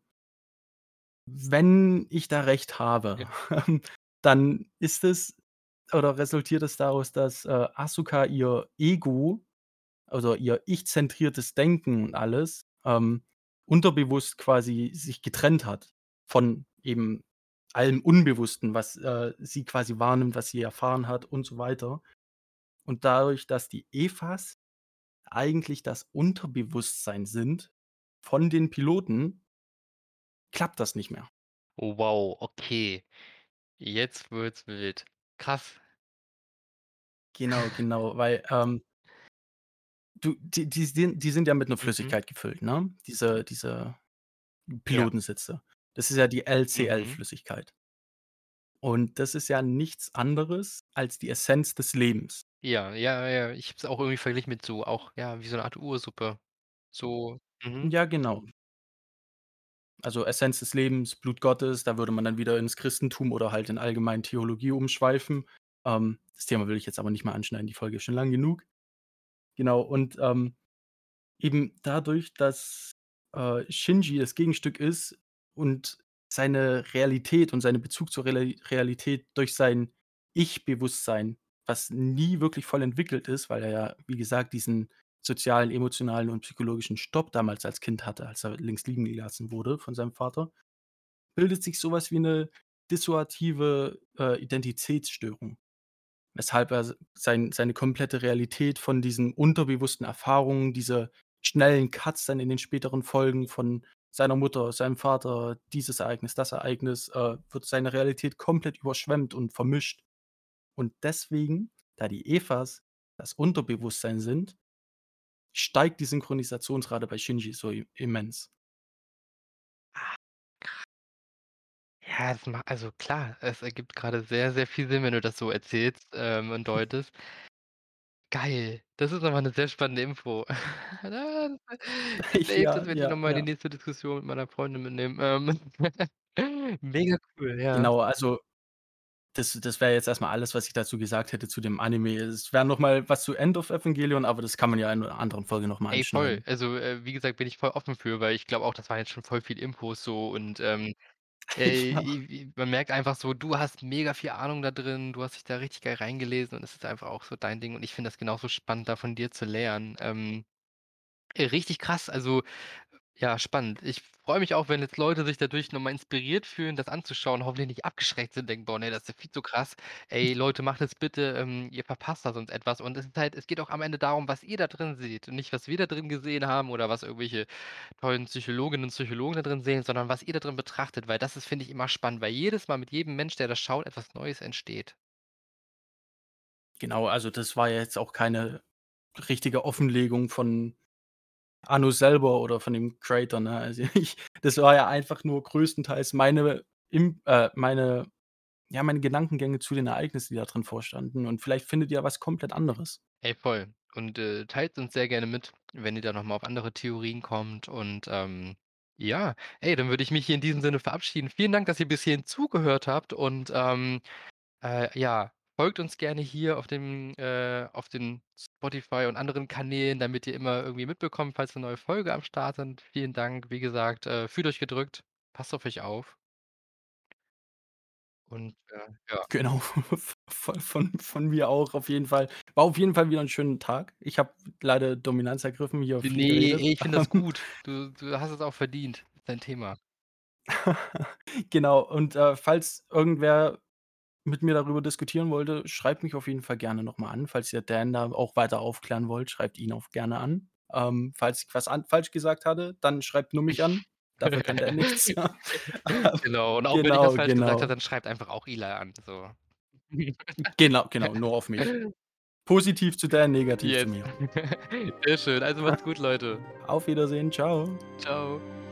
wenn ich da recht Ja. habe, dann ist es oder resultiert es daraus, dass, äh, Asuka ihr Ego, also, ihr ich-zentriertes Denken und alles, ähm, unterbewusst quasi sich getrennt hat von eben allem Unbewussten, was, äh, sie quasi wahrnimmt, was sie erfahren hat und so weiter. Und dadurch, dass die Evas eigentlich das Unterbewusstsein sind von den Piloten klappt das nicht mehr. Oh wow, okay. Jetzt wird's wild. Krass. Genau, genau, weil, ähm du die die sind die sind ja mit 'ner Mhm. Flüssigkeit gefüllt, ne? Diese diese Ja. Pilotensitze. Das ist ja die Mhm. LCL-Flüssigkeit. Und das ist ja nichts anderes als die Essenz des Lebens. Ja, ja, ja. Ich habe es auch irgendwie verglichen mit so auch ja, wie so 'ne Art Ursuppe. So mhm. Ja, genau. Also, Essenz des Lebens, Blut Gottes, da würde man dann wieder ins Christentum oder halt in allgemein Theologie umschweifen. Ähm, das Thema will ich jetzt aber nicht mehr anschneiden, die Folge ist schon lang genug. Genau, und, ähm, eben dadurch, dass, äh, Shinji das Gegenstück ist und seine Realität und seinen Bezug zur Reali Realität durch sein Ich-Bewusstsein, was nie wirklich voll entwickelt ist, weil er ja, wie gesagt, diesen sozialen, emotionalen und psychologischen Stopp damals als Kind hatte, als er links liegen gelassen wurde von seinem Vater, bildet sich so was wie 'ne dissoziative, äh, Identitätsstörung. Weshalb er s sein seine komplette Realität von diesen unterbewussten Erfahrungen, diese schnellen Cuts dann in den späteren Folgen von seiner Mutter, seinem Vater, dieses Ereignis, das Ereignis, äh, wird seine Realität komplett überschwemmt und vermischt. Und deswegen, da die Evas das Unterbewusstsein sind steigt die Synchronisationsrate bei Shinji so i immens. Ah, kra Ja, es ma also, klar, es ergibt grade sehr, sehr viel Sinn, wenn du das so erzählst, ähm, und deutest. Geil. Das ist aber 'ne sehr spannende Info. Ja, safe, Ja, das werde ich noch ja, mal in die ja. nächste Diskussion mit meiner Freundin mitnehmen. Ähm, mega cool, ja. Genau, also das das wäre jetzt erst mal alles, was ich dazu gesagt hätte zu dem Anime. Es wäre noch mal was zu End of Evangelion, aber das kann man ja in 'ner anderen Folge noch mal Ey, voll. anschneiden. Also, äh, wie gesagt, bin ich voll offen für, weil ich glaube auch, das waren jetzt schon voll viel Infos so und, ähm, äh, Ja. i i man merkt einfach so, du hast mega viel Ahnung da drin, du hast dich da richtig geil reingelesen und es ist einfach auch so dein Ding und ich finde das genauso spannend, da von dir zu lernen. Ähm, äh, richtig krass, also ja, spannend. Ich freue mich auch, wenn jetzt Leute sich dadurch noch mal inspiriert fühlen, das anzuschauen, hoffentlich nicht abgeschreckt sind, denken: „Boah, ne, das ist ja viel zu krass. Ey, Leute, macht es bitte, ähm, ihr verpasst da sonst etwas.“ Und es ist halt es geht auch am Ende darum, was ihr da drin seht und nicht, was wir da drin gesehen haben oder was irgendwelche tollen Psychologinnen und Psychologen da drin sehen, sondern was ihr da drin betrachtet, weil das ist, finde ich, immer spannend, weil jedes Mal mit jedem Mensch, der das schaut, etwas Neues entsteht. Genau, also das war ja jetzt auch keine richtige Offenlegung von Anno selber oder von dem Creator, ne? Also ich das war ja einfach nur größtenteils meine im äh, meine ja, meine Gedankengänge zu den Ereignissen, die da drin vorstanden und vielleicht findet ihr was komplett anderes. Ey, voll. Und, äh, teilt uns sehr gerne mit, wenn ihr da noch mal auf andere Theorien kommt und, ähm, ja, ey, dann würde ich mich hier in diesem Sinne verabschieden. Vielen Dank, dass ihr bis hierhin zugehört habt und, ähm, äh, ja, folgt uns gerne hier auf dem äh, auf den Spotify und anderen Kanälen, damit ihr immer irgendwie mitbekommt, falls 'ne neue Folge am Start sind. Vielen Dank. Wie gesagt, äh, fühlt euch gedrückt, passt auf euch auf. Und, äh, ja. Genau, von von von mir auch auf jeden Fall. War auf jeden Fall wieder 'n schönen Tag. Ich habe leider Dominanz ergriffen, hier viel Ne, geredet. ey, ich finde das gut. Du du hast es auch verdient. Ist dein Thema. Genau, und, äh, falls irgendwer mit mir darüber diskutieren wollte, schreibt mich auf jeden Fall gerne noch mal an. Falls ihr Dan da auch weiter aufklären wollt, schreibt ihn auch gerne an. Ähm, falls ich was an falsch gesagt hatte, dann schreibt nur mich an. Dafür kann Dan nichts. Ähm, Genau, und auch wenn ich was genau, falsch gesagt habe, genau. dann schreibt einfach auch Eli an, so. Genau, genau, nur auf mich. Positiv zu Dan, negativ zu Yes. mir. Sehr schön. Also, macht's gut, Leute. Auf Wiedersehen, tschau. Tschau.